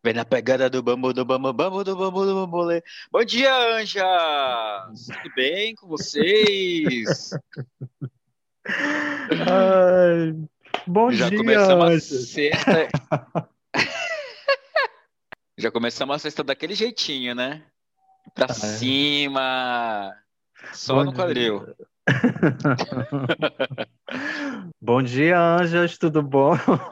Vem na pegada do bambu, do bambu, bambu, do bambu, do bambolê. Bom dia, anjas! Tudo bem com vocês? Ai, bom Já dia, começamos a Anjos. sexta. Já começamos a sexta daquele jeitinho, né? Pra Ai, cima, só bom no quadril. dia. Bom dia, Anjas, tudo bom?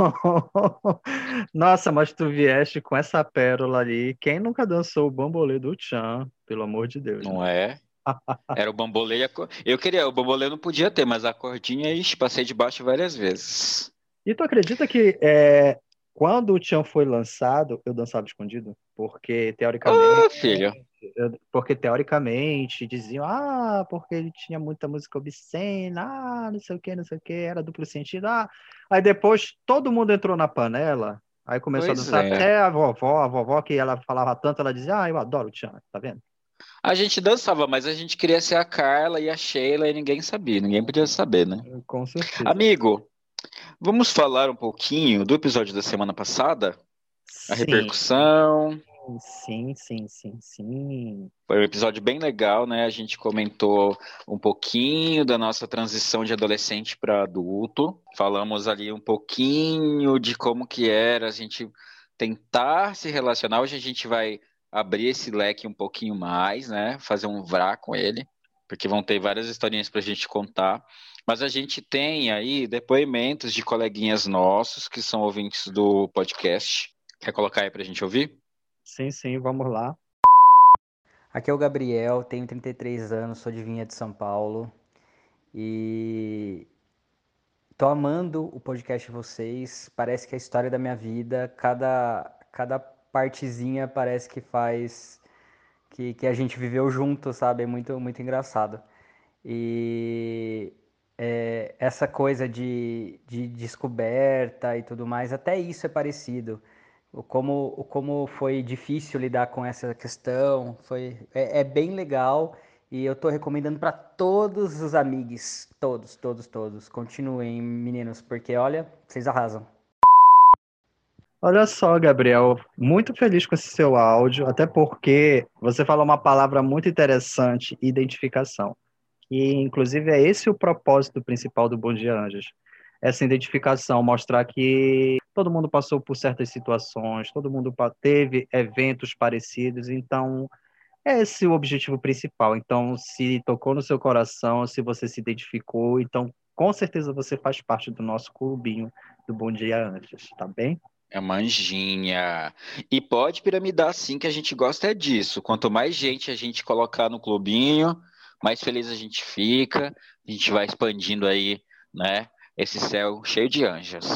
Nossa, mas tu vieste com essa pérola ali. Quem nunca dançou o bambolê do Tchan? Pelo amor de Deus, Não né? é? Era o bambolê e Eu queria, o bambolê não podia ter, mas a cordinha, ixi, passei debaixo várias vezes. E tu acredita que quando o Tchan foi lançado, eu dançava escondido? Ô, filho. Porque teoricamente diziam, porque ele tinha muita música obscena, não sei o que, não sei o que, era duplo sentido, Aí depois todo mundo entrou na panela, aí começou a Pois dançar é. até a vovó que ela falava tanto, ela dizia, eu adoro o Tchan, tá vendo? A gente dançava, mas a gente queria ser a Carla e a Sheila e ninguém sabia, ninguém podia saber, né? Com certeza. Amigo, vamos falar um pouquinho do episódio da semana passada? A Sim, repercussão. sim, sim, sim, sim. Foi um episódio bem legal, né? A gente comentou um pouquinho da nossa transição de adolescente para adulto. Falamos ali um pouquinho de como que era a gente tentar se relacionar. Hoje a gente vai abrir esse leque um pouquinho mais, né? Fazer um vrá com ele, porque vão ter várias historinhas para a gente contar. Mas a gente tem aí depoimentos de coleguinhas nossos que são ouvintes do podcast. Quer colocar aí para a gente ouvir? Sim, sim, vamos lá. Aqui é o Gabriel, tenho 33 anos, sou de Vinha de São Paulo e tô amando o podcast de vocês. Parece que é a história da minha vida, cada partezinha parece que faz que a gente viveu junto, sabe? É muito, muito engraçado. E essa coisa de descoberta e tudo mais, até isso é parecido. O como foi difícil lidar com essa questão, é bem legal e eu tô recomendando para todos os amigos, todos, todos, todos. Continuem, meninos, porque olha, vocês arrasam. Olha só, Gabriel, muito feliz com esse seu áudio, até porque você falou uma palavra muito interessante, identificação. E, inclusive, é esse o propósito principal do Bom Dia Anjos. Essa identificação, mostrar que todo mundo passou por certas situações, todo mundo teve eventos parecidos, então, é esse o objetivo principal. Então, se tocou no seu coração, se você se identificou, então, com certeza você faz parte do nosso clubinho do Bom Dia Anjos, tá bem? É uma anjinha. E pode piramidar sim, que a gente gosta é disso. Quanto mais gente a gente colocar no clubinho, mais feliz a gente fica. A gente vai expandindo aí, né? Esse céu cheio de anjos.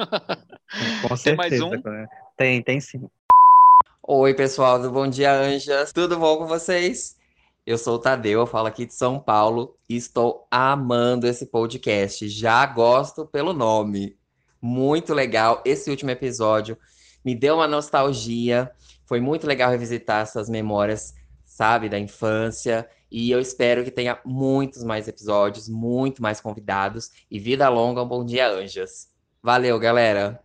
Com Tem mais certeza, um? né? Tem sim. Oi, pessoal do Bom Dia Anjas, tudo bom com vocês? Eu sou o Tadeu, eu falo aqui de São Paulo e estou amando esse podcast. Já gosto pelo nome. Muito legal. Esse último episódio me deu uma nostalgia. Foi muito legal revisitar essas memórias, sabe, da infância. E eu espero que tenha muitos mais episódios, muito mais convidados. E vida longa, um Bom Dia Anjas. Valeu, galera!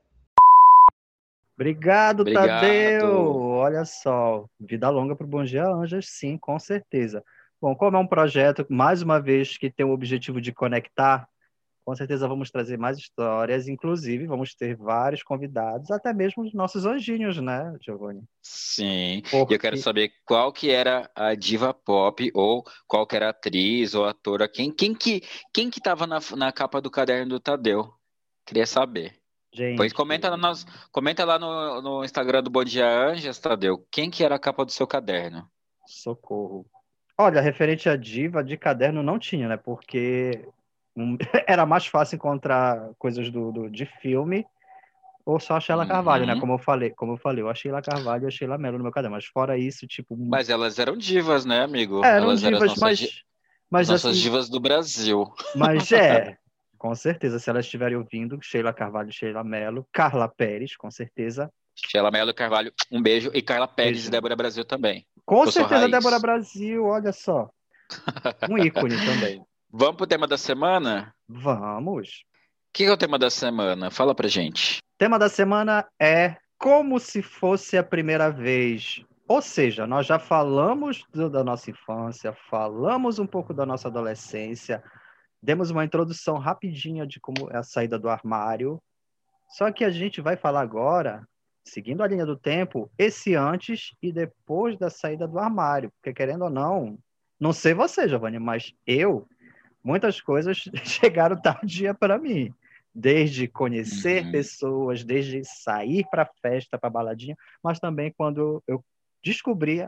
Obrigado, Tadeu. Obrigado. Olha só, vida longa para o Bom Dia Anjas, sim, com certeza. Bom, como é um projeto, mais uma vez, que tem o objetivo de conectar, com certeza vamos trazer mais histórias, inclusive vamos ter vários convidados, até mesmo os nossos anjinhos, né, Giovanni? Sim. E eu quero Porque, saber qual que era a diva pop, ou qual que era a atriz ou atora. Quem que tava na capa do caderno do Tadeu? Queria saber. Pois gente, comenta lá no Instagram do Bom Dia Anjas, Tadeu. Quem que era a capa do seu caderno? socorro. Olha, referente à diva, de caderno não tinha, né? Porque era mais fácil encontrar coisas de filme ou só a Sheila Carvalho, né? Uhum. Como eu falei, eu achei Sheila Carvalho e a Sheila Mello no meu caderno, mas fora isso, tipo, Mas elas eram divas, né, amigo? eram Elas eram divas, as mas nossas assim, divas do Brasil. mas com certeza, se elas estiverem ouvindo, Sheila Carvalho, Sheila Mello, Carla Pérez, com certeza, Sheila Mello Carvalho, um beijo. E Carla Pérez e beijo. Débora Brasil também. Com Que eu sou certeza, Débora raiz. Brasil, olha só, um ícone também. Vamos pro tema da semana? Vamos. O que é o tema da semana? Fala pra gente. Tema da semana é como se fosse a primeira vez. Ou seja, nós já falamos da nossa infância, falamos um pouco da nossa adolescência, demos uma introdução rapidinha de como é a saída do armário. Só que a gente vai falar agora, seguindo a linha do tempo, esse antes e depois da saída do armário. Porque, querendo ou não, não sei você, Giovanni, mas muitas coisas chegaram tardia para mim. Desde conhecer pessoas, desde sair para festa, para baladinha, mas também quando eu descobria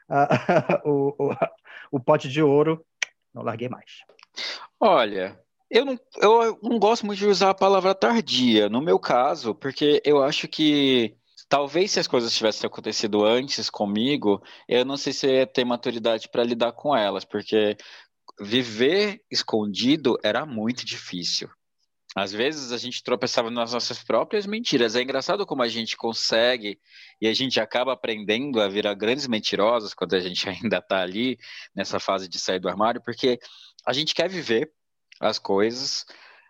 o pote de ouro, não larguei mais. Olha, eu não gosto muito de usar a palavra tardia, no meu caso, porque eu acho que talvez se as coisas tivessem acontecido antes comigo, eu não sei se eu ia ter maturidade para lidar com elas, porque viver escondido era muito difícil. Às vezes a gente tropeçava nas nossas próprias mentiras. É engraçado como a gente consegue e a gente acaba aprendendo a virar grandes mentirosos quando a gente ainda está ali nessa fase de sair do armário, porque a gente quer viver as coisas,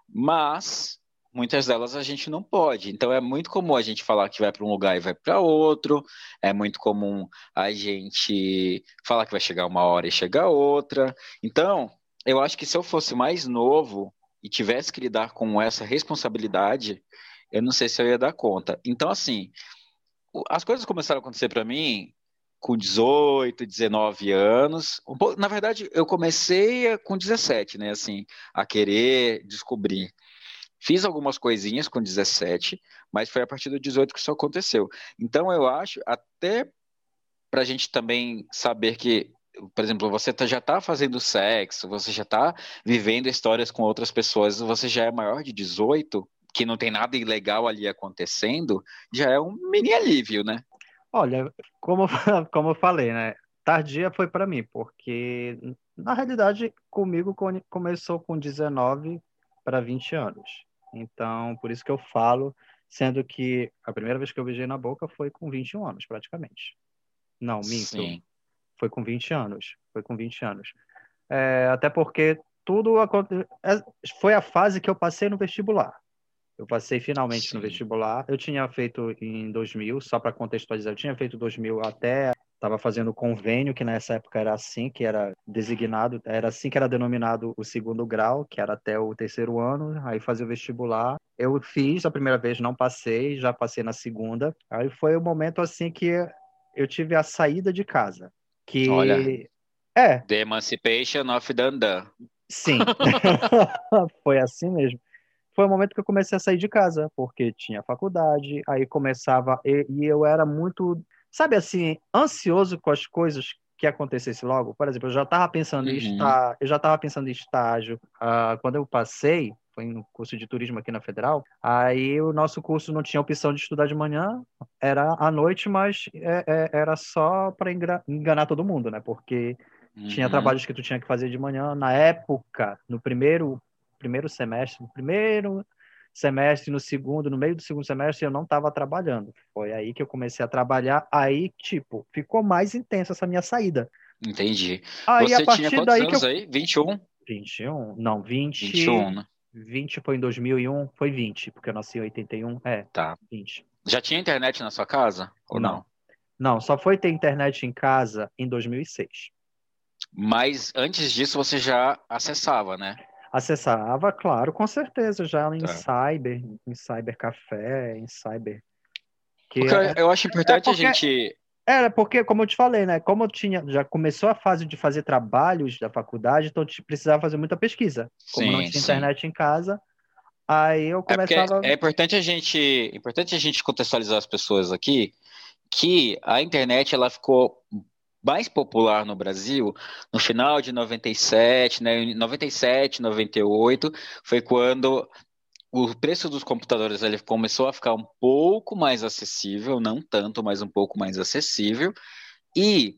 mas muitas delas a gente não pode. Então é muito comum a gente falar que vai para um lugar e vai para outro, é muito comum a gente falar que vai chegar uma hora e chegar outra. Então, eu acho que se eu fosse mais novo e tivesse que lidar com essa responsabilidade, eu não sei se eu ia dar conta. Então, assim, as coisas começaram a acontecer para mim com 18, 19 anos. Na verdade, eu comecei com 17, né, assim, a querer descobrir. Fiz algumas coisinhas com 17, mas foi a partir do 18 que isso aconteceu. Então, eu acho, até para a gente também saber que, por exemplo, você já está fazendo sexo, você já está vivendo histórias com outras pessoas, você já é maior de 18, que não tem nada ilegal ali acontecendo, já é um mini alívio, né? Olha, como eu falei, né? Tardia foi para mim, porque na realidade comigo começou com 19 para 20 anos. Então, por isso que eu falo, sendo que a primeira vez que eu beijei na boca foi com 21 anos, praticamente. Não, minto. Sim. Foi com 20 anos. Foi com 20 anos. Até porque tudo foi a fase que eu passei no vestibular. Eu passei finalmente no Sim. vestibular. Eu tinha feito em 2000, só para contextualizar, eu tinha feito 2000 até estava fazendo convênio, que nessa época era assim, que era designado, era assim que era denominado o segundo grau, que era até o terceiro ano, aí fazia o vestibular. Eu fiz a primeira vez, não passei, já passei na segunda. Aí foi o momento assim que eu tive a saída de casa, Olha, que The Emancipation of Dandan. sim, foi assim mesmo. Foi o momento que eu comecei a sair de casa, porque tinha faculdade, aí começava, e eu era muito, sabe assim, ansioso com as coisas que acontecessem logo. Por exemplo, Uhum. eu já estava pensando em estágio. Quando eu passei, foi no curso de turismo aqui na Federal, aí o nosso curso não tinha opção de estudar de manhã, era à noite, mas era só para enganar todo mundo, né? Porque tinha Uhum. trabalhos que tu tinha que fazer de manhã. Na época, no primeiro semestre, no primeiro semestre, no segundo, no meio do segundo semestre, eu não estava trabalhando. Foi aí que eu comecei a trabalhar. Aí, tipo, ficou mais intensa essa minha saída. Entendi. Aí, a Você tinha partir quantos daí que anos eu... aí? 21? 21? Não, 21, 20... né? 20 foi em 2001, foi 20, porque eu nasci em 81. Tá. 20. Já tinha internet na sua casa ou Não. não? Não, só foi ter internet em casa em 2006. Mas antes disso você já acessava, né? Acessava, claro, com certeza, já Tá. em cybercafé, em cyber... Que Porque eu acho é importante a porque gente. porque, como eu te falei, né? Como eu tinha, já começou a fase de fazer trabalhos da faculdade, então eu precisava fazer muita pesquisa. Como não Sim, tinha sim. internet em casa, aí eu É porque começava. é importante a gente contextualizar as pessoas aqui que a internet ela ficou mais popular no Brasil no final de 97, né? Em 97, 98 foi quando o preço dos computadores ele começou a ficar um pouco mais acessível, não tanto, mas um pouco mais acessível. E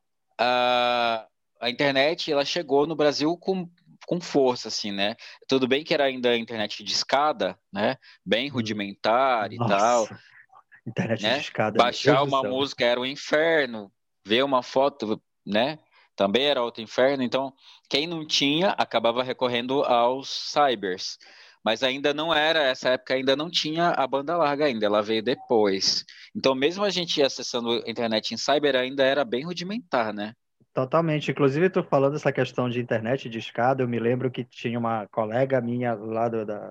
a internet ela chegou no Brasil com força, assim, né? Tudo bem que era ainda a internet de escada, né? Bem Hum, rudimentar e tal, Nossa, internet de né? escada, meu Deus Baixar do uma céu. música era um inferno, ver uma foto, né? Também era outro inferno. Então, quem não tinha acabava recorrendo aos cybers. Mas ainda não era, essa época ainda não tinha a banda larga ainda, ela veio depois. Então, mesmo a gente acessando a internet em cyber, ainda era bem rudimentar, né? Totalmente. Inclusive, tu falando essa questão de internet de escada, eu me lembro que tinha uma colega minha lá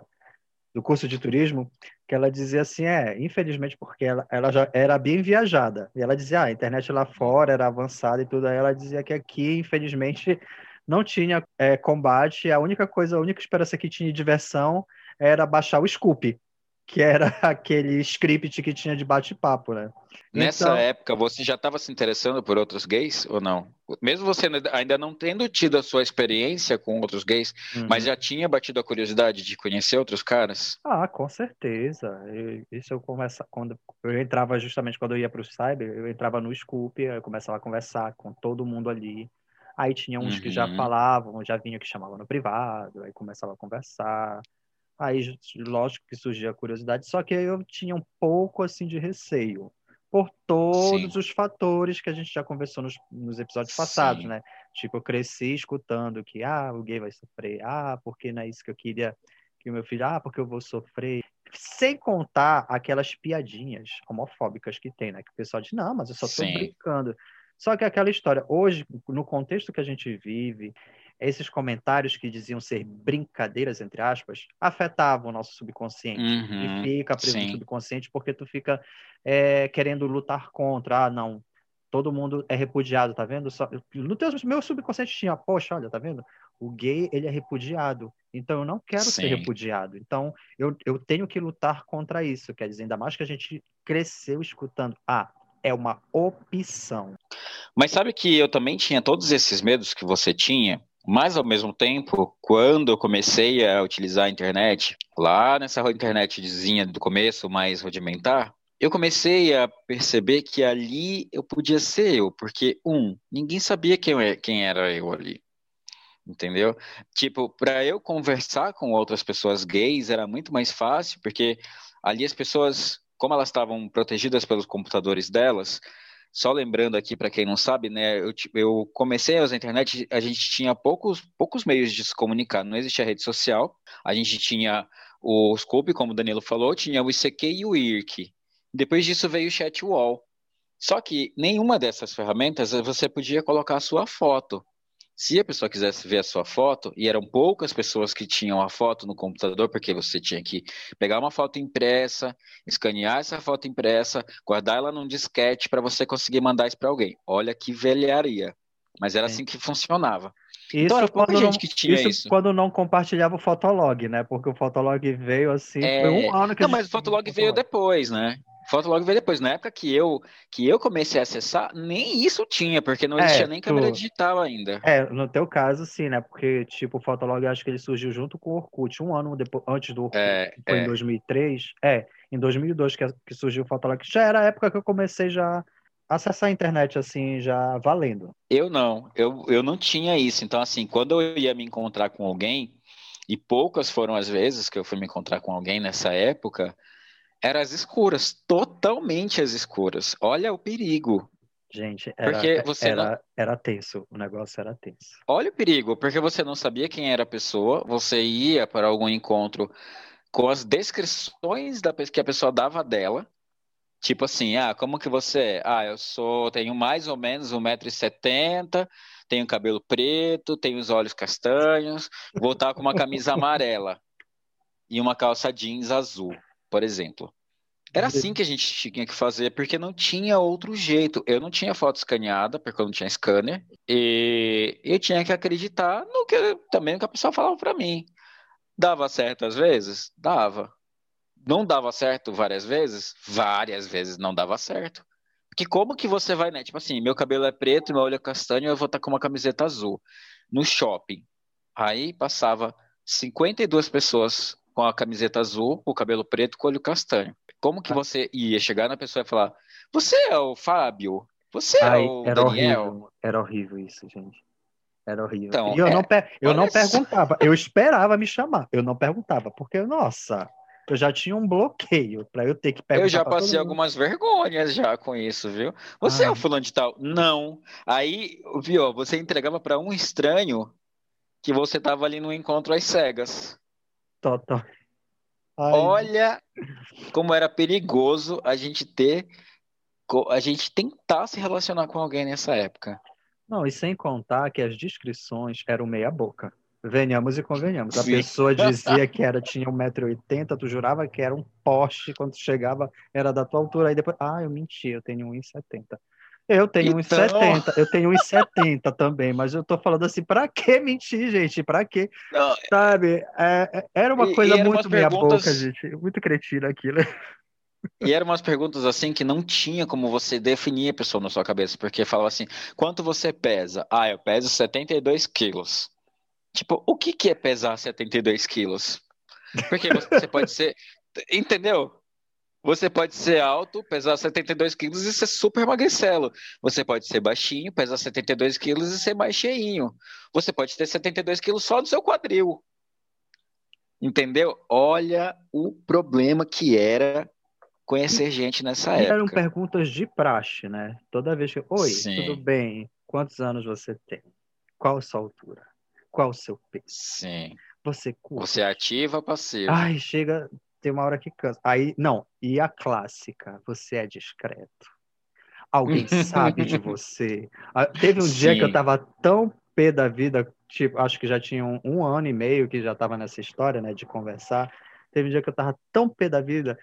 do curso de turismo, que ela dizia assim, infelizmente, porque ela já era bem viajada. E ela dizia, a internet lá fora era avançada e tudo. Aí ela dizia que aqui, infelizmente, não tinha combate. A única esperança que tinha de diversão era baixar o Scoop, que era aquele script que tinha de bate-papo, né? Nessa Então, época, você já estava se interessando por outros gays ou não? Mesmo você ainda não tendo tido a sua experiência com outros gays, mas uhum. já tinha batido a curiosidade de conhecer outros caras? Ah, com certeza. Isso eu conversa quando eu entrava justamente quando eu ia para o cyber, eu entrava no Scoop, eu começava a conversar com todo mundo ali. Aí tinha uns que já Uhum, falavam, já vinha que chamavam no privado, aí começava a conversar. Aí, lógico que surgia a curiosidade, só que eu tinha um pouco assim de receio, por todos sim, os fatores que a gente já conversou nos episódios passados, sim, né? Tipo, eu cresci escutando que, o gay vai sofrer, porque não é isso que eu queria que o meu filho, porque eu vou sofrer. Sem contar aquelas piadinhas homofóbicas que tem, né? Que o pessoal diz, não, mas eu só tô sim. brincando. Só que aquela história, hoje, no contexto que a gente vive, esses comentários que diziam ser brincadeiras, entre aspas, afetavam o nosso subconsciente. E Uhum, fica preso no sim, subconsciente porque tu fica querendo lutar contra. Não, todo mundo é repudiado, tá vendo? Meu subconsciente tinha, poxa, olha, tá vendo? O gay, ele é repudiado. Então, eu não quero ser sim. repudiado. Então, eu tenho que lutar contra isso. Quer dizer, ainda mais que a gente cresceu escutando. É uma opção. Mas sabe que eu também tinha todos esses medos que você tinha, mas ao mesmo tempo, quando eu comecei a utilizar a internet, lá nessa internetzinha do começo, mais rudimentar, eu comecei a perceber que ali eu podia ser eu, porque, ninguém sabia quem era eu ali. Entendeu? Tipo, para eu conversar com outras pessoas gays era muito mais fácil, porque ali as pessoas, como elas estavam protegidas pelos computadores delas, só lembrando aqui para quem não sabe, né, eu comecei a usar a internet, a gente tinha poucos meios de se comunicar, não existia rede social, a gente tinha o Scoop, como o Danilo falou, tinha o ICQ e o IRC. Depois disso veio o Chatwall. Só que nenhuma dessas ferramentas você podia colocar a sua foto. Se a pessoa quisesse ver a sua foto, e eram poucas pessoas que tinham a foto no computador, porque você tinha que pegar uma foto impressa, escanear essa foto impressa, guardar ela num disquete para você conseguir mandar isso para alguém. Olha que velharia. Mas era assim que funcionava. Então era pouca gente que tinha Isso isso. quando não compartilhava o Fotolog, né? Porque o Fotolog veio assim, foi um ano que a Não, gente mas o teve o Fotolog veio Fotolog. depois, né? O Fotolog veio depois. Na época que eu comecei a acessar, nem isso tinha, porque não É, existia nem câmera digital ainda. no teu caso, sim, né? Porque, tipo, o Fotolog, eu acho que ele surgiu junto com o Orkut, um ano depois, antes do Orkut, É, que foi em é. 2003. Em 2002 que surgiu o Fotolog, que já era a época que eu comecei já a acessar a internet, assim, já valendo. Eu não tinha isso. Então, assim, quando eu ia me encontrar com alguém, e poucas foram as vezes que eu fui me encontrar com alguém nessa época, eram as escuras, totalmente as escuras. Olha o perigo, Gente, porque você não. era tenso, o negócio era tenso. Olha o perigo, porque você não sabia quem era a pessoa, você ia para algum encontro com as descrições que a pessoa dava dela. Tipo assim, como que você é? Tenho mais ou menos 1,70 m, tenho cabelo preto, tenho os olhos castanhos, vou estar com uma camisa amarela e uma calça jeans azul, por exemplo. Era assim que a gente tinha que fazer, porque não tinha outro jeito. Eu não tinha foto escaneada, porque eu não tinha scanner, e eu tinha que acreditar também no que a pessoa falava pra mim. Dava certo às vezes? Dava. Não dava certo várias vezes? Várias vezes não dava certo. Porque como que você vai, né? Tipo assim, meu cabelo é preto, meu olho é castanho, eu vou estar com uma camiseta azul no shopping. Aí passava 52 pessoas com a camiseta azul, o cabelo preto com o olho castanho. Como que você ia chegar na pessoa e falar: Você é o Fábio? Você é Ai, o Daniel? era horrível isso, gente. Era horrível. E Então, eu olha não só. perguntava, eu esperava me chamar. Eu não perguntava, porque, nossa, eu já tinha um bloqueio para eu ter que Eu perguntar já para todo passei mundo. algumas vergonhas já com isso, viu? Você é o Ai, fulano de tal? Não. Aí, viu, você entregava para um estranho que você tava ali no encontro às cegas. total. Ai, Olha como era perigoso a gente tentar se relacionar com alguém nessa época. não, e sem contar que as descrições eram meia boca. Venhamos e convenhamos. A Sim. pessoa dizia que tinha 1,80 m, tu jurava que era um poste, quando tu chegava era da tua altura, aí depois, eu menti, eu tenho 1,70 m. Eu tenho Então, 1,70 m, eu tenho 1,70 m também, mas eu tô falando assim, pra que mentir, gente? Pra quê? não, Sabe? Era uma e coisa eram umas muito meia boca, perguntas, gente. Muito cretina aquilo. e eram umas perguntas assim que não tinha como você definir a pessoa na sua cabeça, porque falava assim, quanto você pesa? Eu peso 72 quilos. Tipo, o que que é pesar 72 quilos? Porque você pode ser, entendeu? Você pode ser alto, pesar 72 quilos e ser super magricelo. Você pode ser baixinho, pesar 72 quilos e ser mais cheinho. Você pode ter 72 quilos só no seu quadril. Entendeu? Olha o problema que era conhecer gente nessa E eram época. perguntas de praxe, né? Toda vez que, oi, tudo Sim, bem? Quantos anos você tem? Qual a sua altura? Qual o seu peso? sim. Você Você é curte? ativo ou passivo? Ai, chega, tem uma hora que cansa. Aí, não, e a clássica, você é discreto. Alguém sabe de você. Teve um dia que eu Sim. tava tão pé da vida, tipo, acho que já tinha um ano e meio que já tava nessa história, né, de conversar. Teve um dia que eu tava tão pé da vida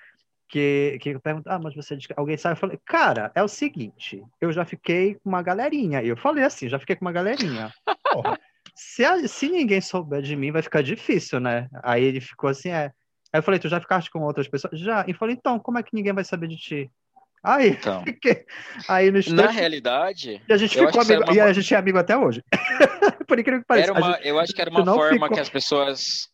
que eu pergunto, mas você é discreto? Alguém sabe? Eu falei, cara, é o seguinte, eu já fiquei com uma galerinha. E eu falei assim, já fiquei com uma galerinha. Porra, se ninguém souber de mim, vai ficar difícil, né? Aí ele ficou assim, é. Aí eu falei, tu já ficaste com outras pessoas? Já. E falei, então, como é que ninguém vai saber de ti? Aí, Então, fiquei. Aí no na instante, realidade, e a gente eu acho ficou que isso amigo, e a gente é amigo até hoje. Por incrível que pareça, eu acho que era a gente uma não forma ficou, que as pessoas.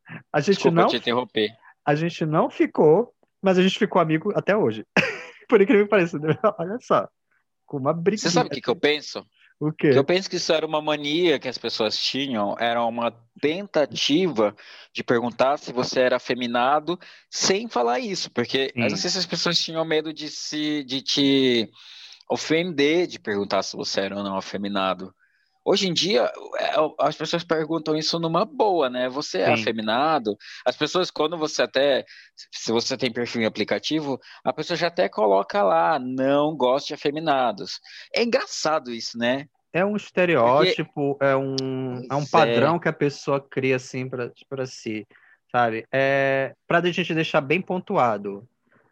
a gente Desculpa não, te interromper. a gente não ficou, mas a gente ficou amigo até hoje. Por incrível que pareça, olha só, com uma Você sabe o briguinha que que eu assim. penso? O Que eu quê? penso que isso era uma mania que as pessoas tinham, era uma tentativa de perguntar se você era afeminado sem falar isso, porque eu não Sim. sei se as pessoas tinham medo de te ofender, de perguntar se você era ou não afeminado. Hoje em dia, as pessoas perguntam isso numa boa, né? Você é Sim. afeminado? As pessoas, quando você até, se você tem perfil em aplicativo, a pessoa já até coloca lá, não gosto de afeminados. É engraçado isso, né? É um Porque, estereótipo, é um pois é, padrão que a pessoa cria assim para si, sabe? Para a gente deixar bem pontuado.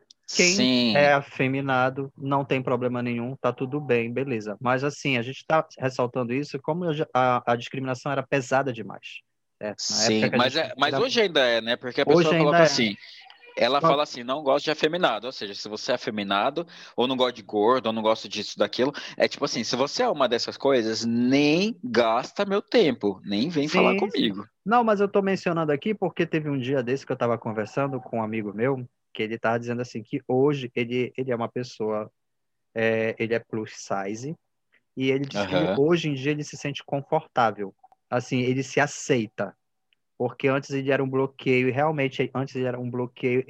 Quem é sim, afeminado não tem problema nenhum, tá tudo bem, beleza. Mas assim, a gente está ressaltando isso como a discriminação era pesada demais. Na época sim, que a gente mas era, hoje ainda é, né? Porque a hoje pessoa ainda coloca é. assim, ela Só- fala assim, não gosto de afeminado, ou seja, se você é afeminado, ou não gosta de gordo, ou não gosta disso, daquilo, é tipo assim, se você é uma dessas coisas, nem gasta meu tempo, nem vem falar Sim, sim. comigo. Não, mas eu estou mencionando aqui porque teve um dia desse que eu estava conversando com um amigo meu, que ele estava dizendo assim que hoje ele é uma pessoa, ele é plus size, e ele disse que Aham, hoje em dia ele se sente confortável. Assim, ele se aceita. Porque antes ele era um bloqueio, e realmente antes ele era um bloqueio,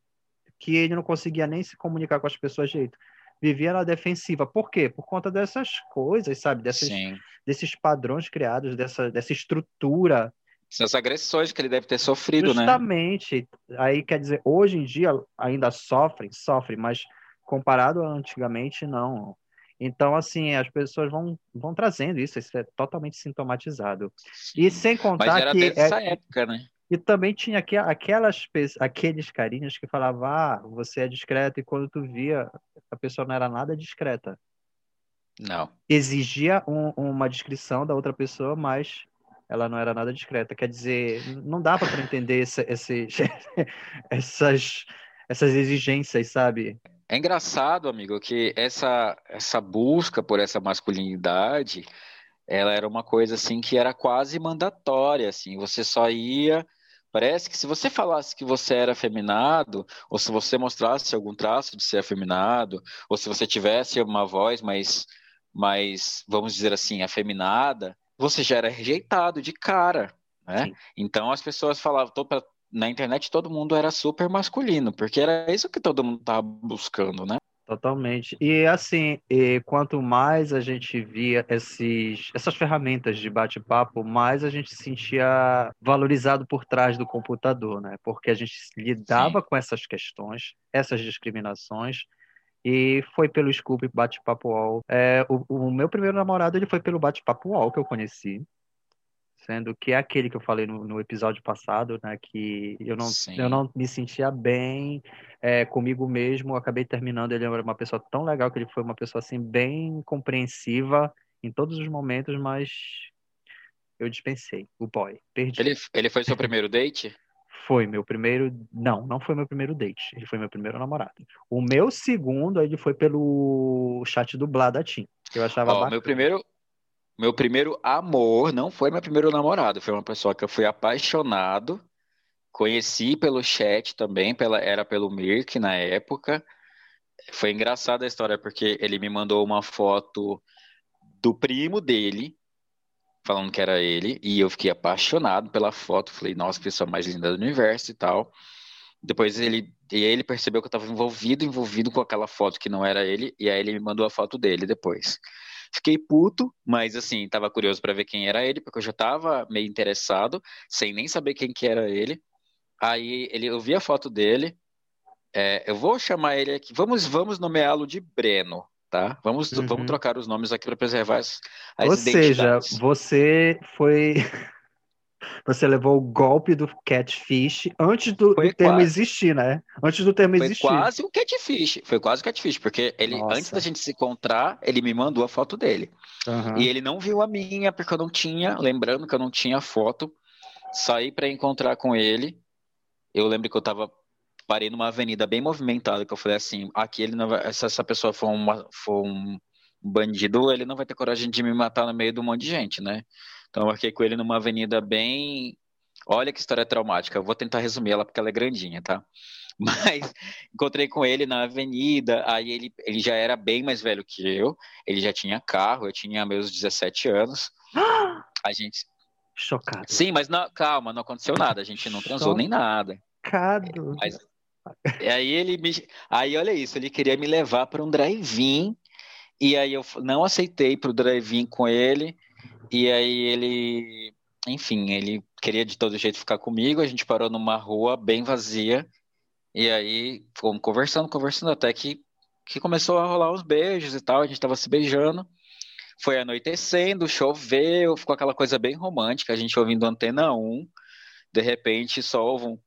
que ele não conseguia nem se comunicar com as pessoas direito. Vivia na defensiva. Por quê? Por conta dessas coisas, sabe? sim. Desses padrões criados, dessa estrutura. Essas agressões que ele deve ter sofrido, né? Justamente, aí quer dizer, hoje em dia ainda sofrem, mas comparado a antigamente, não. Então, assim, as pessoas vão trazendo isso é totalmente sintomatizado. E Sim. sem Mas contar era que desde essa época, né? e também tinha aqueles carinhas que falavam, você é discreto, e quando tu via, a pessoa não era nada discreta. Não. Exigia uma descrição da outra pessoa, mas ela não era nada discreta. Quer dizer, não dava para entender essas, essas exigências, sabe? É engraçado, amigo, que essa busca por essa masculinidade, ela era uma coisa assim que era quase mandatória, assim, você só ia, parece que se você falasse que você era afeminado, ou se você mostrasse algum traço de ser afeminado, ou se você tivesse uma voz mais, vamos dizer assim, afeminada, você já era rejeitado de cara, né? Sim. Então as pessoas falavam, na internet todo mundo era super masculino, porque era isso que todo mundo estava buscando, né? Totalmente. E assim, quanto mais a gente via essas ferramentas de bate-papo, mais a gente se sentia valorizado por trás do computador, né? Porque a gente Sim. lidava com essas questões, essas discriminações, e foi pelo Scoop Bate-Papo UOL. O meu primeiro namorado, ele foi pelo Bate-Papo UOL que eu conheci. Sendo que é aquele que eu falei no episódio passado, né? Que eu Sim. não me sentia bem comigo mesmo. Eu acabei terminando. Ele era uma pessoa tão legal que ele foi uma pessoa assim, bem compreensiva em todos os momentos, mas eu dispensei o boy, perdi. Ele foi seu primeiro date? Foi meu primeiro. Não, não foi meu primeiro date. Ele foi meu primeiro namorado. O meu segundo, ele foi pelo chat dublado da TIM, que eu achava Ó, bacana. meu primeiro amor não foi meu primeiro namorado, foi uma pessoa que eu fui apaixonado, conheci pelo chat também, era pelo Mirk na época. Foi engraçada a história porque ele me mandou uma foto do primo dele, falando que era ele, e eu fiquei apaixonado pela foto, falei, nossa, pessoa mais linda do universo e tal. Depois ele percebeu que eu estava envolvido com aquela foto que não era ele, e aí ele me mandou a foto dele depois. Fiquei puto, mas assim, tava curioso para ver quem era ele, porque eu já tava meio interessado, sem nem saber quem que era ele. Eu vi a foto dele, eu vou chamar ele aqui, vamos nomeá-lo de Breno, tá? Vamos Uhum. trocar os nomes aqui para preservar Ou as seja, identidades. você foi. Você levou o golpe do catfish antes do Foi termo quase, existir, né? Antes do termo foi existir. quase um catfish, foi quase um catfish, porque ele, antes da Nossa. gente se encontrar, ele me mandou a foto dele. E Aham. ele não viu a minha, porque eu não tinha, lembrando que eu não tinha foto. Saí para encontrar com ele. Eu lembro que eu tava parei numa avenida bem movimentada, que eu falei assim, aqui ele não vai, se essa pessoa for um bandido, ele não vai ter coragem de me matar no meio de um monte de gente, né? Então eu marquei com ele numa avenida bem. Olha que história traumática. Eu vou tentar resumir ela porque ela é grandinha, tá? Mas encontrei com ele na avenida, aí ele já era bem mais velho que eu, ele já tinha carro, eu tinha meus 17 anos. A gente. Chocado. Sim, mas calma, não aconteceu nada, a gente não transou nem nada. Chocado. Mas aí Aí olha isso, ele queria me levar para um drive-in, e aí eu não aceitei para o drive-in com ele, e aí ele. Enfim, ele queria de todo jeito ficar comigo, a gente parou numa rua bem vazia. E aí, fomos conversando, até que começou a rolar uns beijos e tal, a gente tava se beijando. Foi anoitecendo, choveu, ficou aquela coisa bem romântica, a gente ouvindo Antena 1, de repente só houve um.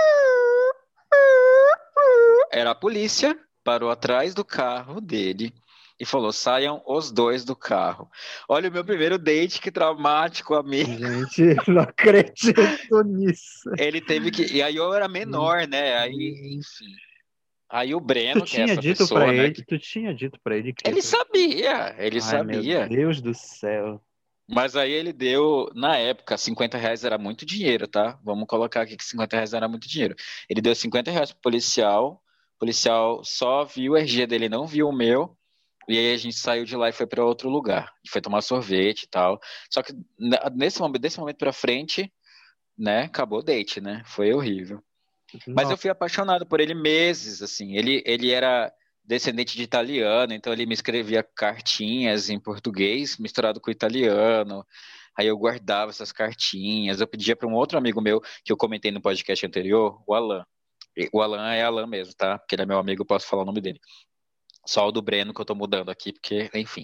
Era a polícia, parou atrás do carro dele e falou: saiam os dois do carro. Olha o meu primeiro date, que traumático, amigo. Gente, não acredito nisso. Ele teve que. E aí eu era Meu menor, né? Aí, Deus. enfim. Aí o Breno, que é essa Tu tinha dito pra ele que ele sabia, ele Ai, meu sabia. Deus do céu. Mas aí ele deu, na época, R$ 50 era muito dinheiro, tá? Vamos colocar aqui que R$ 50 era muito dinheiro. Ele deu R$ 50 pro policial, o policial só viu o RG dele, não viu o meu, e aí a gente saiu de lá e foi para outro lugar. A gente foi tomar sorvete e tal. Só que desse momento pra frente, né, acabou o date, né? Foi horrível. Mas eu Nossa, fui apaixonado por ele meses, assim. Ele era descendente de italiano, então ele me escrevia cartinhas em português misturado com italiano. Aí eu guardava essas cartinhas. Eu pedia para um outro amigo meu que eu comentei no podcast anterior, o Alan. O Alan é Alan mesmo, tá? Porque ele é meu amigo, eu posso falar o nome dele. Só o do Breno que eu tô mudando aqui, porque, enfim.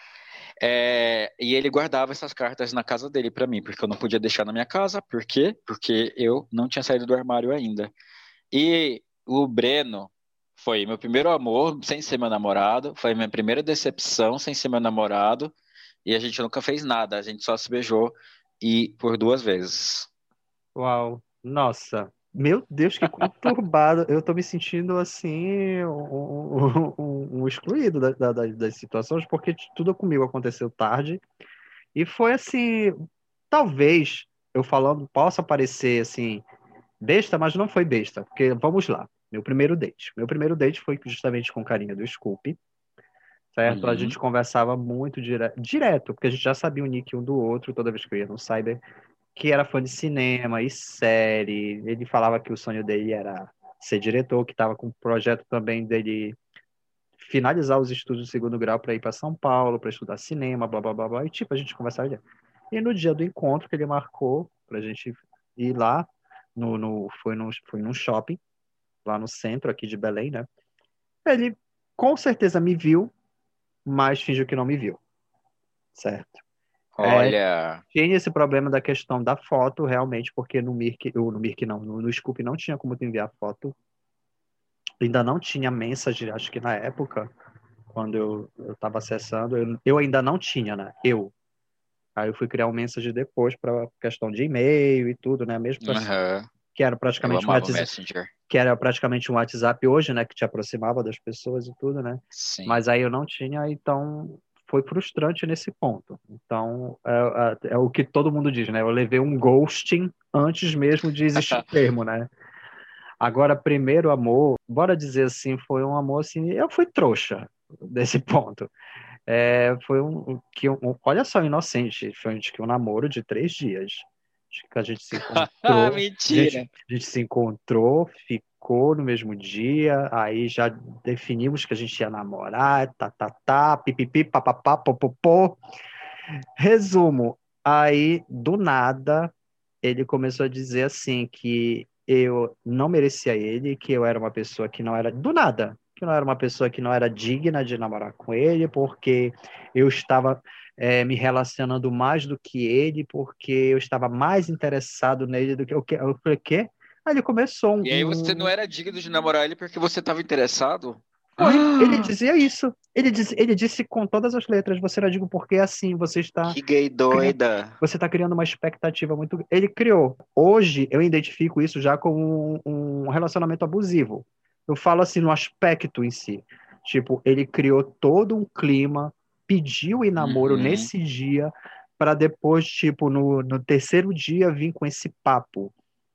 E ele guardava essas cartas na casa dele para mim, porque eu não podia deixar na minha casa. Por quê? Porque eu não tinha saído do armário ainda. E o Breno foi meu primeiro amor sem ser meu namorado, foi minha primeira decepção sem ser meu namorado, e a gente nunca fez nada, a gente só se beijou e por 2 vezes. uau. Nossa, meu Deus, que conturbado. Eu tô me sentindo assim, um excluído das situações, porque tudo comigo aconteceu tarde. E foi assim, talvez eu falando possa parecer assim, besta, mas não foi besta, porque vamos lá. Meu primeiro date. Meu primeiro date foi justamente com carinha do Scoop, certo? A Uhum. gente conversava muito direto, porque a gente já sabia o nick um do outro toda vez que eu ia no cyber, que era fã de cinema e série. Ele falava que o sonho dele era ser diretor, que estava com um projeto também dele finalizar os estudos do segundo grau para ir para São Paulo, para estudar cinema, blá, blá, blá, blá. E, tipo, a gente conversava. E no dia do encontro que ele marcou pra gente ir lá, foi num shopping, lá no centro aqui de Belém, né? Ele com certeza me viu, mas fingiu que não me viu, certo? Olha, Tinha esse problema da questão da foto, realmente, porque no Mirk, no Mirk não, no Scoop não tinha como tu enviar foto. Ainda não tinha Messenger, acho que na época, quando eu tava acessando, eu ainda não tinha, né? Aí eu fui criar um Messenger depois para questão de e-mail e tudo, né? Mesmo pra, aham, que era eu praticamente um amava o WhatsApp, Messenger. que era praticamente um WhatsApp hoje, né? Que te aproximava das pessoas e tudo, né? Sim. Mas aí eu não tinha, então foi frustrante nesse ponto. Então é o que todo mundo diz, né? Eu levei um ghosting antes mesmo de existir o termo, né? Agora, primeiro amor, bora dizer assim, foi um amor assim, eu fui trouxa desse ponto. Foi olha só, inocente, foi um namoro de 3 dias. Acho que a gente se Ah, encontrou, mentira. a gente se encontrou, ficou no mesmo dia, aí já definimos que a gente ia namorar, pipipi, papapá, popopô. Resumo, aí do nada ele começou a dizer assim que eu não merecia ele, que eu era uma pessoa que não era do nada, que eu não era uma pessoa que não era digna de namorar com ele, porque eu estava me relacionando mais do que ele, porque eu estava mais interessado nele do que eu, eu falei, quê? Aí ele começou E aí você não era digno de namorar ele porque você estava interessado? ele Ah, dizia isso. Ele disse com todas as letras, você era digno porque assim você está que gay cri- doida. você está criando uma expectativa muito. Ele criou. Hoje eu identifico isso já como um relacionamento abusivo. Eu falo assim no aspecto em si. Tipo, ele criou todo um clima, pediu em namoro Uhum. nesse dia, para depois, tipo, no terceiro dia vir com esse papo.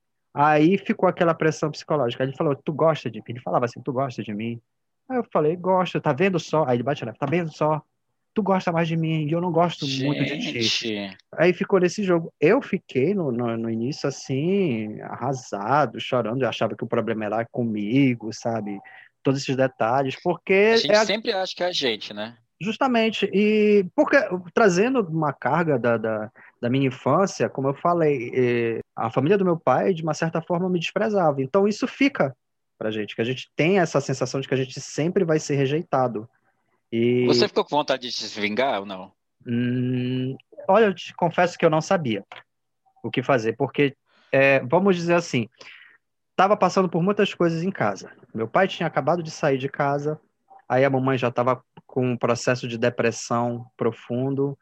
Aí ficou aquela pressão psicológica. Ele falou, tu gosta de mim? Ele falava assim, tu gosta de mim? Aí eu falei, gosto, tá vendo só? Aí ele bate na, tá vendo só? Tu gosta mais de mim e eu não gosto muito de ti. Gente, Aí ficou nesse jogo. Eu fiquei no início assim, arrasado, chorando. Eu achava que o problema era comigo, sabe? Todos esses detalhes, a porque gente sempre acha que é a gente, né? justamente, e porque trazendo uma carga da minha infância, como eu falei, a família do meu pai, de uma certa forma, me desprezava. Então isso fica pra gente, que a gente tem essa sensação de que a gente sempre vai ser rejeitado. Você E ficou com vontade de se vingar ou não? hum, olha, eu te confesso que eu não sabia o que fazer, porque vamos dizer assim, estava passando por muitas coisas em casa. Meu pai tinha acabado de sair de casa, aí a mamãe já estava com um processo de depressão profundo.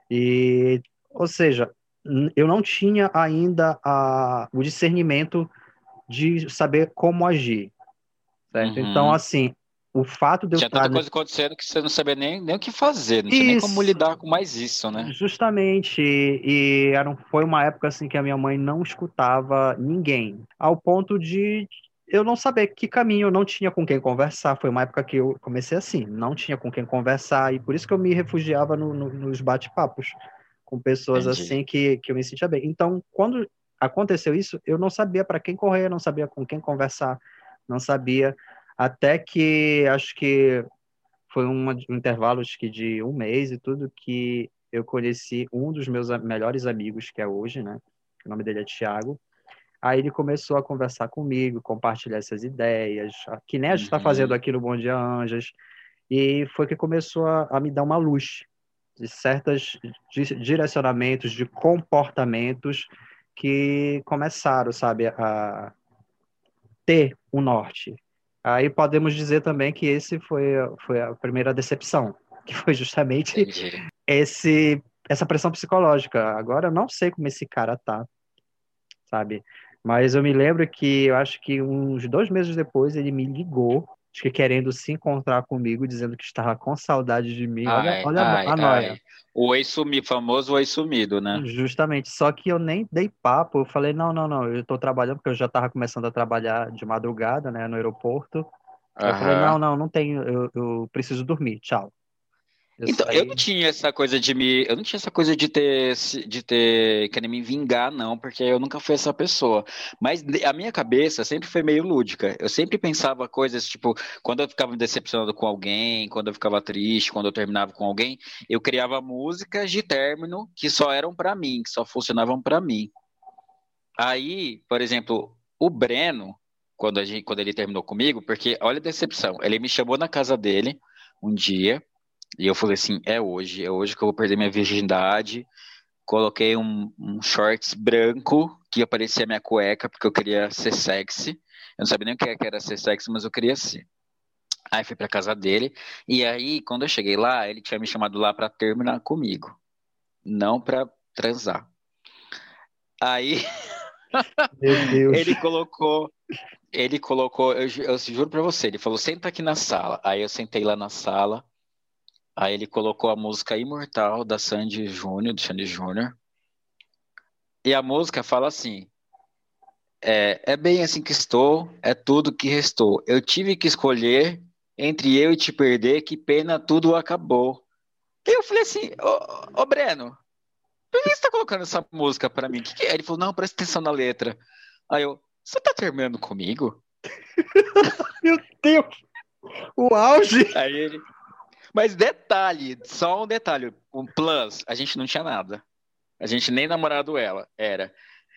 E, ou seja, eu não tinha ainda o discernimento de saber como agir, certo? Então, Uhum. assim, o fato de eu Tinha estar. tanta coisa acontecendo que você não sabia nem o que fazer, não tinha nem como Isso, lidar com mais isso, né? justamente. E foi uma época assim que a minha mãe não escutava ninguém, ao ponto de eu não saber que caminho, eu não tinha com quem conversar. Foi uma época que eu comecei assim, não tinha com quem conversar, e por isso que eu me refugiava nos bate-papos com pessoas Entendi. assim que eu me sentia bem. Então, quando aconteceu isso, eu não sabia para quem correr, não sabia com quem conversar, não sabia. Até que acho que foi um intervalo acho que de um mês e tudo que eu conheci um dos meus melhores amigos, que é hoje, né? O nome dele é Thiago. Aí ele começou a conversar comigo, compartilhar essas ideias, que nem a gente está fazendo Uhum. aqui no Bom Dia Anjas. E foi que começou a me dar uma luz de certos direcionamentos, de comportamentos que começaram, sabe, a ter um norte. Aí podemos dizer também que esse foi a primeira decepção, que foi justamente Entendi. essa pressão psicológica. Agora eu não sei como esse cara tá, sabe? Mas eu me lembro que eu acho que uns 2 meses depois ele me ligou, acho que querendo se encontrar comigo, dizendo que estava com saudade de mim. Olha, Ai, olha ai, a noia. ai. O oi sumido, famoso oi sumido, né? Justamente, só que eu nem dei papo, eu falei, não, não, não, eu estou trabalhando, porque eu já estava começando a trabalhar de madrugada, né, no aeroporto. Aí eu falei, não, Aham. não, não tenho, eu preciso dormir, tchau. Eu Então, eu não saí. tinha essa coisa eu não tinha essa coisa de ter querer me vingar, não, porque eu nunca fui essa pessoa. Mas a minha cabeça sempre foi meio lúdica. Eu sempre pensava coisas, tipo, quando eu ficava me decepcionando com alguém, quando eu ficava triste, quando eu terminava com alguém, eu criava músicas de término que só eram pra mim, que só funcionavam pra mim. Aí, por exemplo, o Breno, quando ele terminou comigo, porque olha a decepção, ele me chamou na casa dele um dia. E eu falei assim, é hoje que eu vou perder minha virgindade. Coloquei um shorts branco que aparecia minha cueca, porque eu queria ser sexy. Eu não sabia nem o que era ser sexy, mas eu queria ser. Aí fui pra casa dele, e aí, quando eu cheguei lá, ele tinha me chamado lá pra terminar comigo, não pra transar. Aí Meu Deus. ele colocou, eu juro pra você, ele falou, senta aqui na sala. Aí eu sentei lá na sala, aí ele colocou a música Imortal da Sandy Júnior, do Sandy Júnior. E a música fala assim: é bem assim que estou, é tudo que restou. Eu tive que escolher entre eu e te perder, que pena, tudo acabou. E eu falei assim: ô Breno, por que você tá colocando essa música pra mim? Que é? Ele falou: não, presta atenção na letra. Aí eu: você tá terminando comigo? Meu Deus. O auge. Aí ele. Mas detalhe, só um detalhe: um plus, a gente não tinha nada. A gente nem namorado ela, era.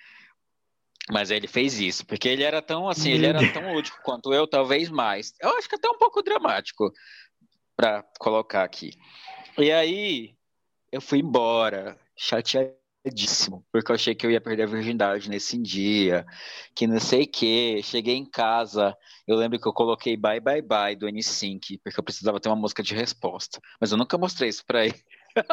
Mas ele fez isso, porque ele era tão assim, ele Meu era Deus. tão lúdico quanto eu, talvez mais. Eu acho que até um pouco dramático pra colocar aqui. E aí eu fui embora, chateadíssimo, porque eu achei que eu ia perder a virgindade nesse dia, que não sei o quê. Cheguei em casa, eu lembro que eu coloquei Bye Bye Bye do N-Sync, porque eu precisava ter uma música de resposta. Mas eu nunca mostrei isso pra ele.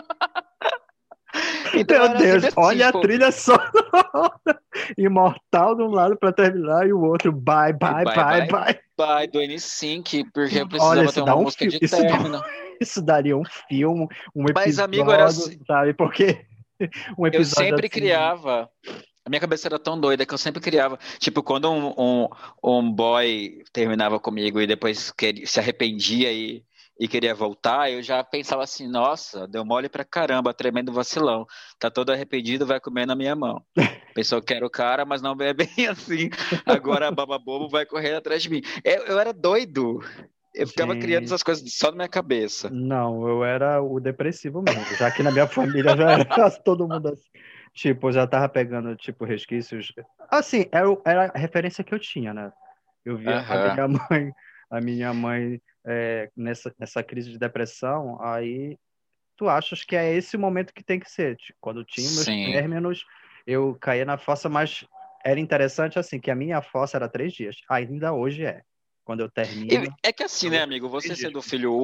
Então Meu era Deus, sempre assim, olha a tipo, trilha sonora. Imortal de um lado para terminar e o outro bye, bye, Bye bye, Bye bye. Bye do N-Sync, porque eu Olha, precisava ter isso dá uma um música filme, de término. isso daria um filme, um Mas, amigo, era episódio, assim, sabe? Porque um eu episódio sempre assim. criava. A minha cabeça era tão doida que eu sempre criava. Tipo, quando um boy terminava comigo e depois se arrependia e queria voltar, eu já pensava assim: nossa, deu mole pra caramba, tremendo vacilão. Tá todo arrependido, vai comer na minha mão. Pensou que era o cara, mas não é bem assim. Agora a baba bobo vai correr atrás de mim. Eu era doido. Eu ficava criando Gente, essas coisas só na minha cabeça. não, eu era o depressivo mesmo. Já que na minha família já era todo mundo assim. Tipo, eu já tava pegando, tipo, resquícios. Assim, era a referência que eu tinha, né? Eu via Aham. a minha mãe nessa crise de depressão, aí tu achas que é esse o momento que tem que ser. Tipo, quando eu tinha meus Sim. términos, eu caía na fossa, mas era interessante assim, que a minha fossa era 3 dias. Ainda hoje é. Quando eu E termino, é que assim, eu né, vou amigo? três dias.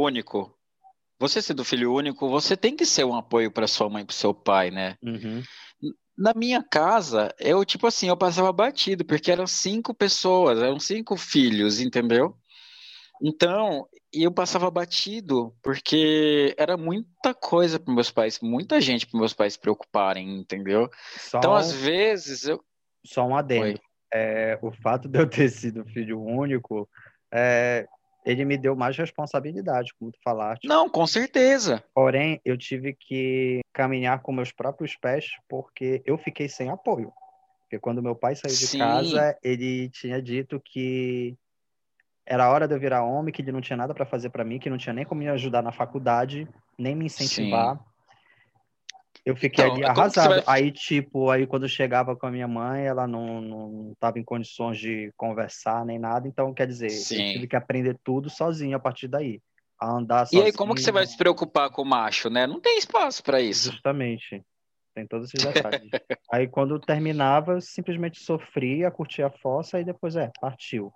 Você sendo filho único, você tem que ser um apoio para sua mãe e para seu pai, né? Uhum. Na minha casa, eu, tipo assim, eu passava batido, porque eram 5 pessoas, eram 5 filhos, entendeu? Então, eu passava batido, porque era muita coisa para meus pais, muita gente para meus pais se preocuparem, entendeu? Então, às Só, vezes, eu. só um Oi. adendo. O fato de eu ter sido filho único, é, ele me deu mais responsabilidade, como tu falaste. Não, com certeza. Porém, eu tive que caminhar com meus próprios pés porque eu fiquei sem apoio. Porque quando meu pai saiu de Sim, casa, ele tinha dito que era hora de eu virar homem, que ele não tinha nada para fazer para mim, que não tinha nem como me ajudar na faculdade, nem me sim. incentivar. Eu fiquei Então, ali como que você vai. arrasado. Aí, tipo, aí quando eu chegava com a minha mãe, ela não estava em condições de conversar nem nada. Então, quer dizer, eu tive Sim. que aprender tudo sozinho a partir daí. A andar E aí, como que você vai sozinho, se preocupar com o macho, né? Não tem espaço para isso. justamente. Tem todos esses detalhes. Aí, quando terminava, eu simplesmente sofria, curtia a fossa e depois, partiu.